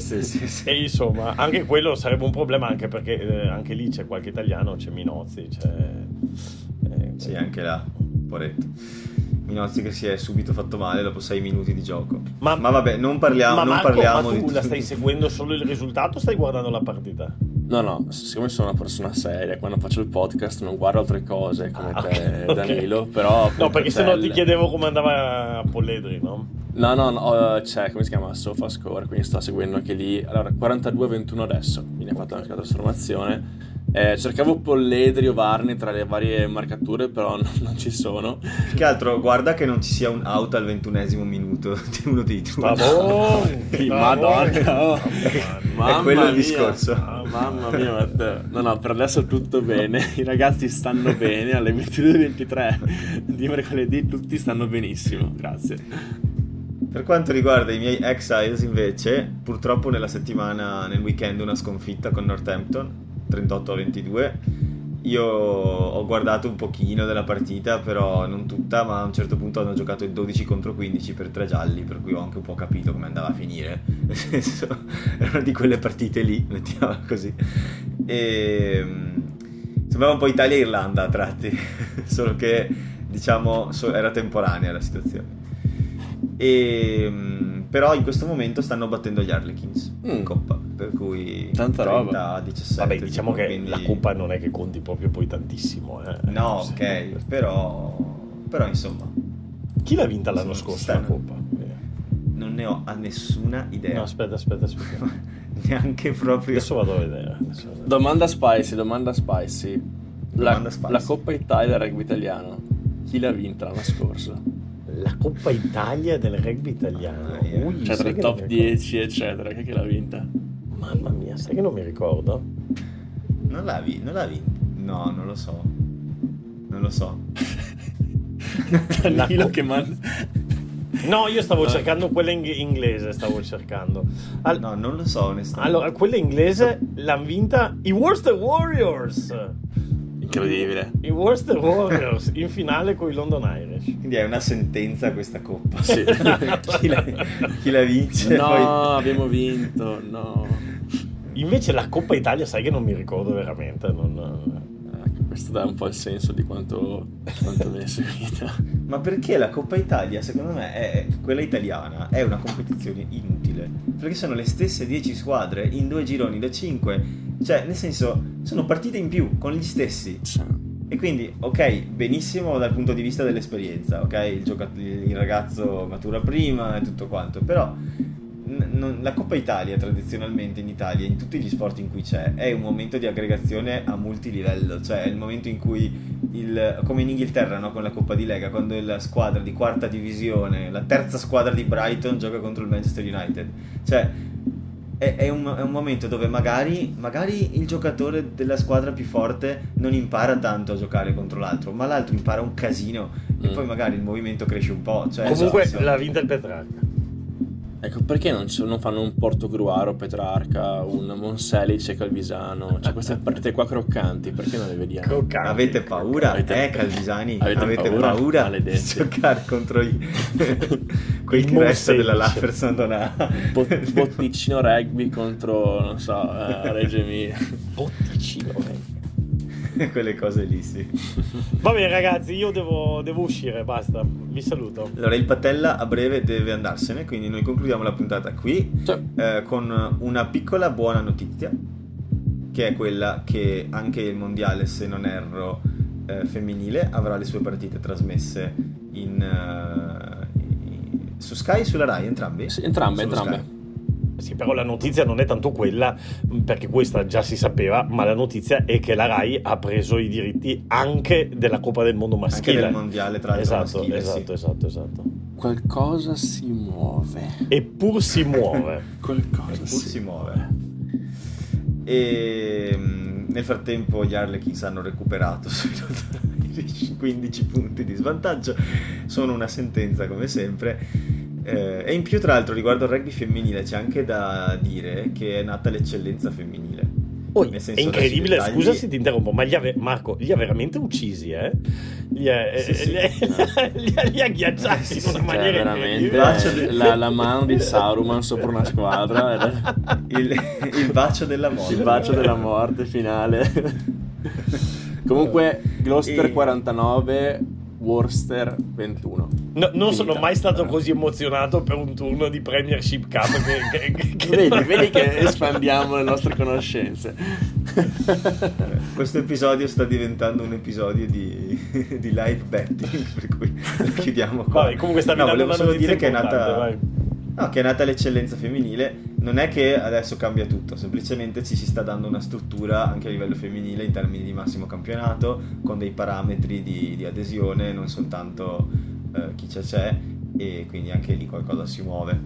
Sì. E insomma, anche quello sarebbe un problema, anche perché anche lì c'è qualche italiano, c'è Minozzi, sì, anche là, poretto. Minozzi che si è subito fatto male dopo 6 minuti di gioco. Ma vabbè, non parliamo ma di tu la stai seguendo solo il risultato o stai guardando la partita? No, siccome sono una persona seria, quando faccio il podcast non guardo altre cose come te, okay. Danilo, però... No, perché sennò ti chiedevo come andava a Polledri, no? No, c'è, come si chiama, SofaScore, quindi sto seguendo anche lì. Allora, 42-21 adesso, quindi ha fatto anche la trasformazione. Cercavo Polledri o Varni tra le varie marcature, però non ci sono. Più che altro guarda che non ci sia un out al 21esimo minuto di uno dei due. Madonna, oh. È quello il discorso. Mamma mia, Matteo. No, per adesso tutto bene. I ragazzi stanno bene. Alle 22:23 di mercoledì tutti stanno benissimo. Grazie. Per quanto riguarda i miei Exiles invece, purtroppo nel weekend una sconfitta con Northampton 38-22. Io ho guardato un pochino della partita, però non tutta, ma a un certo punto hanno giocato il 12 contro 15 per 3 gialli, per cui ho anche un po' capito come andava a finire. Nel senso, era una di quelle partite lì, mettiamola così. E sembrava un po' Italia-Irlanda a tratti, solo che diciamo era temporanea la situazione. Però in questo momento stanno battendo gli Harlequins in Coppa, per cui tanta 30-17. Vabbè, diciamo che quindi... la Coppa non è che conti proprio poi tantissimo. No, ok, però insomma. Chi l'ha vinta l'anno scorso la Coppa? Non ne ho nessuna idea. No, aspetta. Neanche proprio. Adesso vado a vedere. Domanda spicy. La Coppa Italia del rugby italiano, chi l'ha vinta l'anno scorso? La Coppa Italia del rugby italiano. Cioè tra il top 10 eccetera, chi è che l'ha vinta? Mamma mia, sai che non mi ricordo? Non l'ha vinta? No, non lo so. Danilo che manda... No, io stavo cercando quella inglese, no, non lo so onestamente. Allora, quella inglese l'hanno vinta i Worcester Warriors. Incredibile. I Worcester Warriors in finale con i London Irish. Quindi è una sentenza questa Coppa. Sì. chi la vince? No, poi... abbiamo vinto, no. Invece la Coppa Italia sai che non mi ricordo veramente. Questo dà un po' il senso di quanto me ne seguita. Ma perché la Coppa Italia, secondo me, è quella italiana, è una competizione inutile. Perché sono le stesse 10 squadre in 2 gironi da 5. Cioè, nel senso, sono partite in più con gli stessi. E quindi, ok, benissimo dal punto di vista dell'esperienza, ok? Il ragazzo matura prima e tutto quanto. Però la Coppa Italia tradizionalmente in Italia, in tutti gli sport in cui c'è, è un momento di aggregazione a multilivello. Cioè è il momento in cui come in Inghilterra, no? Con la Coppa di Lega, quando la squadra di quarta divisione, la terza squadra di Brighton gioca contro il Manchester United. Cioè è un momento dove magari il giocatore della squadra più forte non impara tanto a giocare contro l'altro, ma l'altro impara un casino e poi magari il movimento cresce un po'. Cioè, comunque l'ha vinta il Petrarca. Ecco, perché non fanno un Portogruaro, Petrarca, un Monselice, Calvisano? Cioè queste partite qua croccanti, perché non le vediamo? Croccanti. Avete paura? Calvisani? Avete paura maledetti, di giocare contro quel Cresta della Lafferson Donà? Botticino rugby contro, non so, Reggio Emilia. Botticino rugby. Quelle cose lì, sì. Va bene ragazzi, io devo uscire, basta, vi saluto. Allora il Patella a breve deve andarsene, quindi noi concludiamo la puntata qui con una piccola buona notizia, che è quella che anche il mondiale, se non erro, femminile avrà le sue partite trasmesse su Sky e sulla Rai, entrambi? Sì, entrambe. Sì, però la notizia non è tanto quella, perché questa già si sapeva, ma la notizia è che la Rai ha preso i diritti anche della Coppa del Mondo maschile. Anche del mondiale, tra l'altro, maschile. Esatto. Qualcosa si muove. Eppur si muove. Si muove. E nel frattempo gli Harlequins hanno recuperato sui 15 punti di svantaggio. Sono una sentenza come sempre. E in più, tra l'altro, riguardo al rugby femminile c'è anche da dire che è nata l'eccellenza femminile. Nel senso, è incredibile, dettagli... scusa se ti interrompo, ma Marco, li ha veramente uccisi, li ha ghiacciati in una maniera veramente la mano di Saruman sopra una squadra. il bacio della morte. Il bacio della morte finale. Comunque Gloucester 49, Worcester 21. Non sono mai stato così emozionato per un turno di Premiership Cup vedi che espandiamo le nostre conoscenze. Questo episodio sta diventando un episodio di live betting, per cui lo chiudiamo qua. Vabbè, comunque volevo solo dire che è nata nata l'eccellenza femminile. Non è che adesso cambia tutto, semplicemente ci si sta dando una struttura anche a livello femminile in termini di massimo campionato, con dei parametri di adesione, non soltanto chi c'è, e quindi anche lì qualcosa si muove.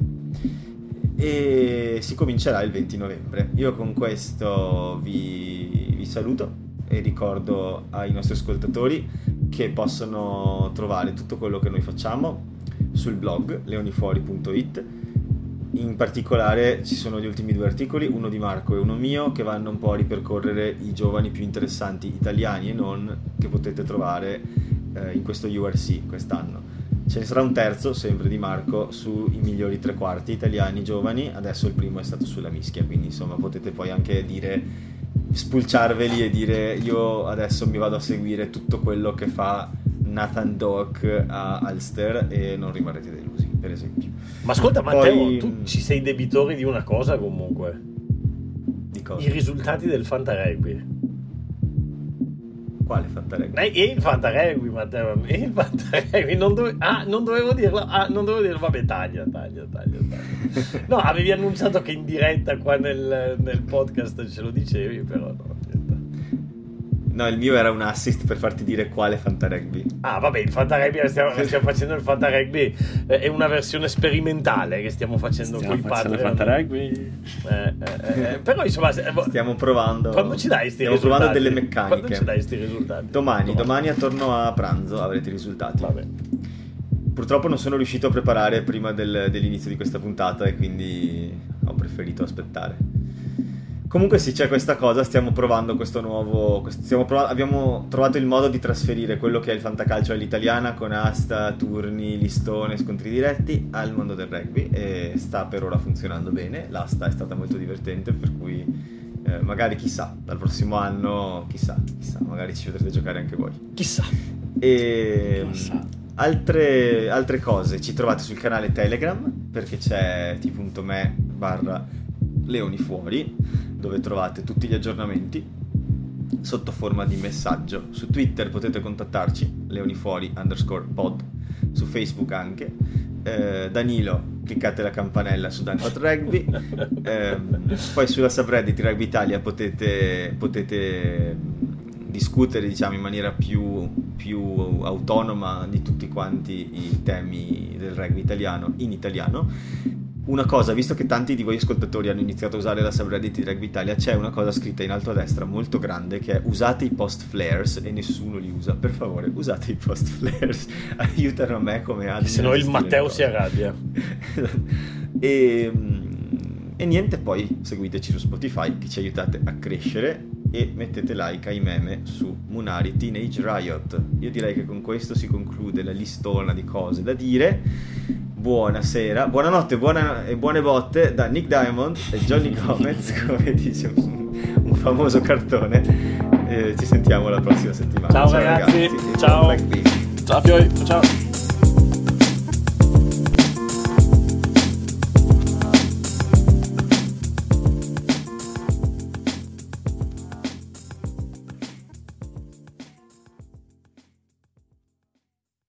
E si comincerà il 20 novembre. Io con questo vi saluto e ricordo ai nostri ascoltatori che possono trovare tutto quello che noi facciamo sul blog leonifuori.it. In particolare ci sono gli ultimi 2 articoli, uno di Marco e uno mio, che vanno un po' a ripercorrere i giovani più interessanti, italiani e non, che potete trovare in questo URC quest'anno. Ce ne sarà un terzo, sempre di Marco, sui migliori tre quarti italiani giovani. Adesso il primo è stato sulla mischia, quindi insomma potete poi anche dire, spulciarveli e dire: io adesso mi vado a seguire tutto quello che fa Nathan Doak a Ulster, e non rimarrete delusi, per esempio. Ma ascolta Matteo, tu ci sei debitore di una cosa comunque. Di cosa? I risultati del Fantarugby. Quale Fantarugby? Il Fantarugby, Matteo, il Fantarugby, non dovevo dirlo, vabbè, taglia. No, avevi annunciato che in diretta qua nel podcast ce lo dicevi, però no. No, il mio era un assist per farti dire quale Fantarugby. Ah, vabbè, il Fantarugby stiamo facendo il Fantarugby, è una versione sperimentale che stiamo facendo con i padri. Fantarugby. Però insomma, stiamo provando. Quando ci dai sti risultati? Stiamo provando delle meccaniche. Quando ci dai sti risultati? Domani attorno a pranzo avrete i risultati. Vabbè. Purtroppo non sono riuscito a preparare prima dell'inizio di questa puntata e quindi ho preferito aspettare. Comunque sì, c'è questa cosa, stiamo provando questo nuovo... abbiamo trovato il modo di trasferire quello che è il fantacalcio all'italiana, con asta, turni, listone, scontri diretti, al mondo del rugby, e sta per ora funzionando bene. L'asta è stata molto divertente, per cui magari chissà, dal prossimo anno, chissà, magari ci vedrete giocare anche voi. Chissà. E altre cose ci trovate sul canale Telegram, perché c'è t.me/leonifuori, dove trovate tutti gli aggiornamenti sotto forma di messaggio. Su Twitter potete contattarci, leonifuori_pod, su Facebook anche. Danilo, cliccate la campanella su Dangot Rugby. Poi sulla subreddit Rugby Italia potete discutere, diciamo, in maniera più autonoma di tutti quanti i temi del rugby italiano in italiano. Una cosa, visto che tanti di voi ascoltatori hanno iniziato a usare la subreddit di Rugby Italia, c'è una cosa scritta in alto a destra molto grande che è: usate i post flares, e nessuno li usa. Per favore, usate i post flares, aiutano me come admin, se no il Matteo si arrabbia. E niente, poi seguiteci su Spotify, che ci aiutate a crescere, e mettete like ai meme su Munari Teenage Riot. Io direi che con questo si conclude la listona di cose da dire. Buonasera, buonanotte e buone botte da Nick Diamond e Johnny Gomez, come dice un famoso cartone. Ci sentiamo la prossima settimana. Ciao ragazzi. Ciao. Ciao Fioi, ciao.